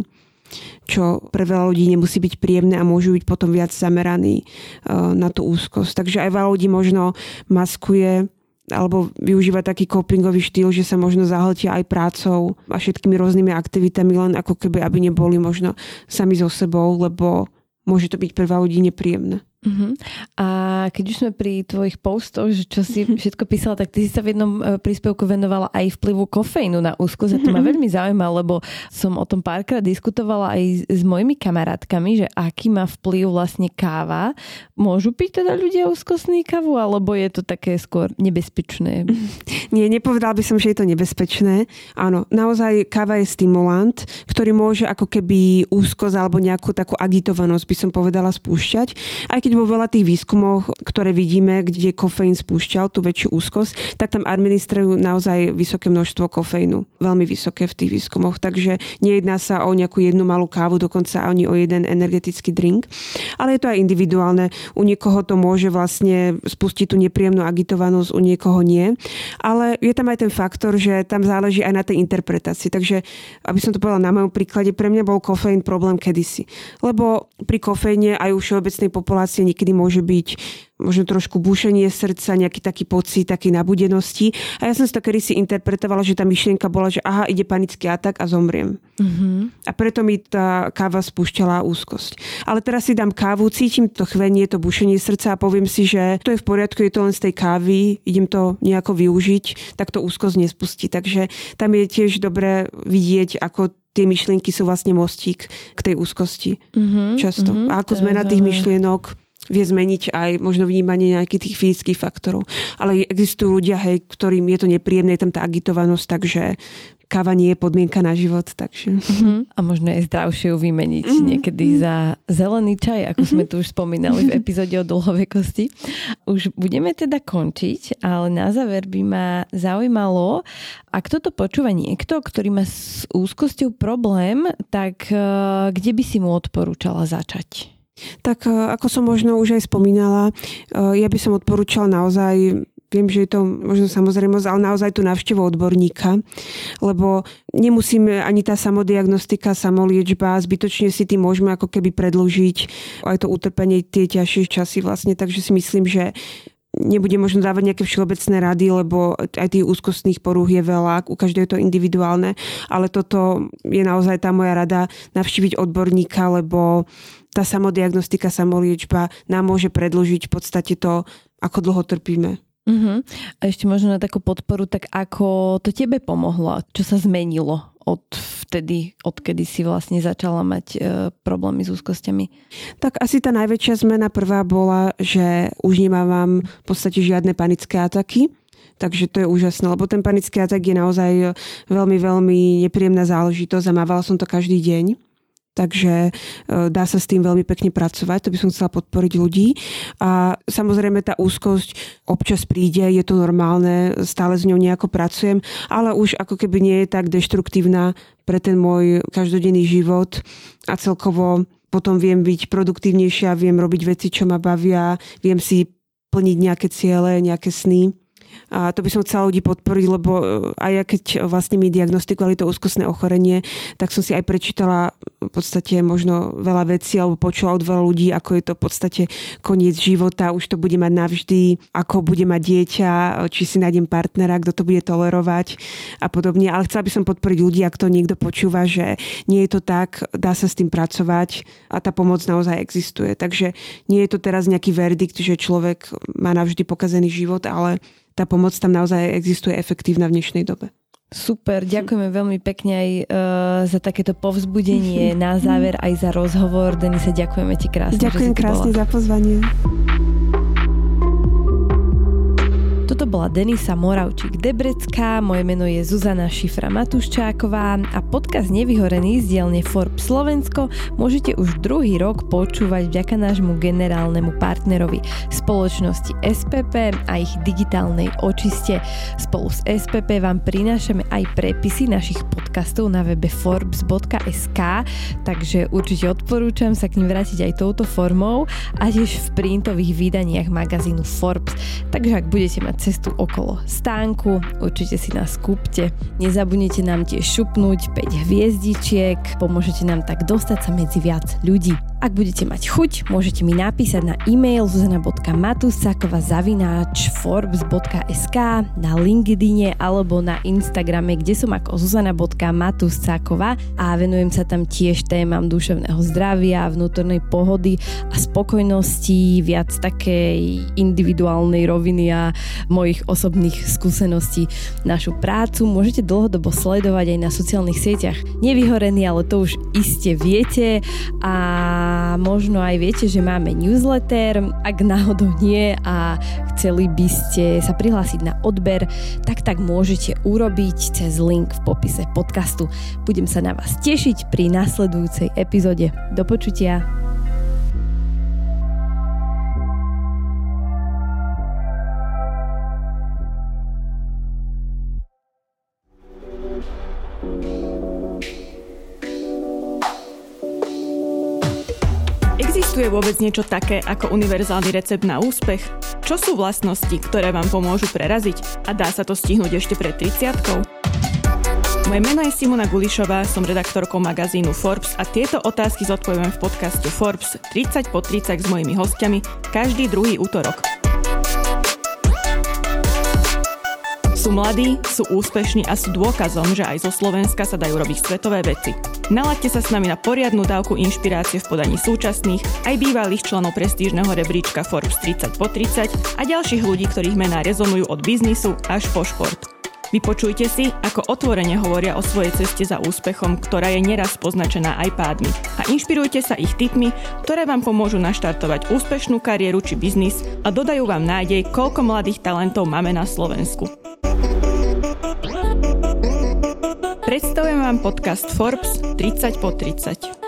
čo pre veľa ľudí nemusí byť príjemné a môžu byť potom viac zameraní na tú úzkosť. Takže aj veľa ľudí možno maskuje alebo využíva taký copingový štýl, že sa možno zahltia aj prácou a všetkými rôznymi aktivitami, len ako keby, aby neboli možno sami so sebou, lebo môže to byť pre veľa ľudí nepríjemné. Uh-huh. A keď už sme pri tvojich postoch, že čo si všetko písala, tak ty si sa v jednom príspevku venovala aj vplyvu kofeínu na úzkosť a to ma veľmi zaujíma, lebo som o tom párkrát diskutovala aj s mojimi kamarátkami, že aký má vplyv vlastne káva. Môžu piť teda ľudia úzkostný kávu, alebo je to také skôr nebezpečné? Nie, nepovedala by som, že je to nebezpečné. Áno, naozaj káva je stimulant, ktorý môže ako keby úzkosť alebo nejakú takú agitovanosť, by som povedala, spúšťať. Aj keď vo veľa tých výskumoch, ktoré vidíme, kde kofeín spúšťal tú väčšiu úzkosť, tak tam administrujú naozaj vysoké množstvo kofeínu. Veľmi vysoké v tých výskumoch. Takže nejedná sa o nejakú jednu malú kávu, dokonca ani o jeden energetický drink. Ale je to aj individuálne. U niekoho to môže vlastne spustiť tú nepríjemnú agitovanosť, u niekoho nie. Ale je tam aj ten faktor, že tam záleží aj na tej interpretácii. Takže, aby som to povedala na mojom príklade, pre mňa bol kofeín problém kedysi. Lebo pri kofeíne aj u všeobecnej populácie niekedy môže byť možno trošku búšenie srdca, nejaký taký pocit, taký nabudenosti. A ja som si to kedysi interpretovala, že tá myšlienka bola, že aha, ide panický atak a zomriem. Mm-hmm. A preto mi tá káva spúšťala úzkosť. Ale teraz si dám kávu, cítim to chvenie, to búšenie srdca a poviem si, že to je v poriadku, je to len z tej kávy, idem to nejako využiť, tak to úzkosť nespustí. Takže tam je tiež dobré vidieť, ako tie myšlienky sú vlastne mostík k tej úzkosti. Mm-hmm, často. Mm-hmm, a ako zmena tých myšlienok vie zmeniť aj možno vnímanie nejakých tých fyzických faktorov. Ale existujú ľudia, hej, ktorým je to nepríjemné, je tam tá agitovanosť, takže káva nie je podmienka na život. Takže. Mm-hmm. A možno je zdravšie ju vymeniť mm-hmm. niekedy za zelený čaj, ako mm-hmm. sme tu už spomínali v epizóde o dlhovekosti. Už budeme teda končiť, ale na záver by ma zaujímalo, ak toto počúva niekto, ktorý má s úzkosťou problém, tak kde by si mu odporúčala začať? Tak ako som možno už aj spomínala, ja by som odporúčala naozaj, viem, že je to možno samozrejmosť, ale naozaj tú návštevu odborníka, lebo nemusíme ani tá samodiagnostika, samoliečba, zbytočne si tým môžeme ako keby predĺžiť aj to utrpenie, tie ťažšie časy vlastne, takže si myslím, že nebudem možno dávať nejaké všeobecné rady, lebo aj tých úzkostných porúch je veľa, u každého je to individuálne, ale toto je naozaj tá moja rada, navštíviť odborníka, lebo tá samodiagnostika, samoliečba nám môže predĺžiť v podstate to, ako dlho trpíme. Uh-huh. A ešte možno na takú podporu, tak ako to tebe pomohlo? Čo sa zmenilo od vtedy, odkedy si vlastne začala mať e, problémy s úzkosťami? Tak asi tá najväčšia zmena prvá bola, že už nemávam v podstate žiadne panické ataky. Takže to je úžasné, lebo ten panický atak je naozaj veľmi, veľmi nepríjemná záležitosť a mávala som to každý deň. Takže dá sa s tým veľmi pekne pracovať, to by som chcela podporiť ľudí. A samozrejme tá úzkosť občas príde, je to normálne, stále s ňou nejako pracujem, ale už ako keby nie je tak deštruktívna pre ten môj každodenný život a celkovo potom viem byť produktívnejšia, viem robiť veci, čo ma bavia, viem si plniť nejaké ciele, nejaké sny. A to by som chcela ľudí podporiť, lebo aj ja keď vlastne mi diagnostikovali to úzkostné ochorenie, tak som si aj prečítala v podstate možno veľa vecí alebo počula od veľa ľudí, ako je to v podstate koniec života, už to bude mať navždy, ako bude mať dieťa, či si nájdem partnera, kto to bude tolerovať a podobne. Ale chcela by som podporiť ľudí, ak to niekto počúva, že nie je to tak, dá sa s tým pracovať a tá pomoc naozaj existuje. Takže nie je to teraz nejaký verdikt, že človek má navždy pokazený život, ale tá pomoc tam naozaj existuje efektívna v dnešnej dobe. Super, ďakujeme veľmi pekne aj uh, za takéto povzbudenie na záver, aj za rozhovor. Denisa, ďakujeme ti krásne. Ďakujem krásne bola. za pozvanie. Toto bola Denisa Moravčík-Debrecká, moje meno je Zuzana Šifra-Matuščáková a podcast Nevyhorený z dielne Forbes Slovensko môžete už druhý rok počúvať vďaka nášmu generálnemu partnerovi spoločnosti es pé pé a ich digitálnej očiste. Spolu s es pé pé vám prinášame aj prepisy našich podcastov na webe forbes bodka es ká, takže určite odporúčam sa k nim vrátiť aj touto formou a tiež v printových vydaniach magazínu Forbes. Takže ak budete mať cestu okolo stánku, určite si nás kúpte. Nezabudnite nám tiež šupnúť päť hviezdičiek, pomôžete nám tak dostať sa medzi viac ľudí. Ak budete mať chuť, môžete mi napísať na e-mail zuzana bodka matuscáková zavináč forbes bodka es ká, na LinkedIne alebo na Instagrame, kde som ako zuzana bodka matuscáková a venujem sa tam tiež témam duševného zdravia, vnútornej pohody a spokojnosti, viac takej individuálnej roviny a mojich osobných skúseností. Našu prácu môžete dlhodobo sledovať aj na sociálnych sieťach. Nevyhorený, ale to už iste viete a A možno aj viete, že máme newsletter. Ak náhodou nie a chceli by ste sa prihlásiť na odber, tak tak môžete urobiť cez link v popise podcastu. Budem sa na vás tešiť pri nasledujúcej epizóde. Do počutia. Existuje vôbec niečo také ako univerzálny recept na úspech? Čo sú vlastnosti, ktoré vám pomôžu preraziť? A dá sa to stihnúť ešte pred tridsiatkou? Moje meno je Simona Gulišová, som redaktorkou magazínu Forbes a tieto otázky zodpovieme v podcaste Forbes tridsať po tridsať s mojimi hostiami každý druhý útorok. Sú mladí, sú úspešní a sú dôkazom, že aj zo Slovenska sa dajú robiť svetové veci. Nalaďte sa s nami na poriadnu dávku inšpirácie v podaní súčasných, aj bývalých členov prestížneho rebríčka Forbes tridsať po tridsať a ďalších ľudí, ktorých mená rezonujú od biznisu až po šport. Vypočujte si, ako otvorene hovoria o svojej ceste za úspechom, ktorá je neraz poznačená aj pádmi. A inšpirujte sa ich tipmi, ktoré vám pomôžu naštartovať úspešnú kariéru či biznis a dodajú vám nádej, koľko mladých talentov máme na Slovensku. Predstavujem vám podcast Forbes tridsať po tridsať.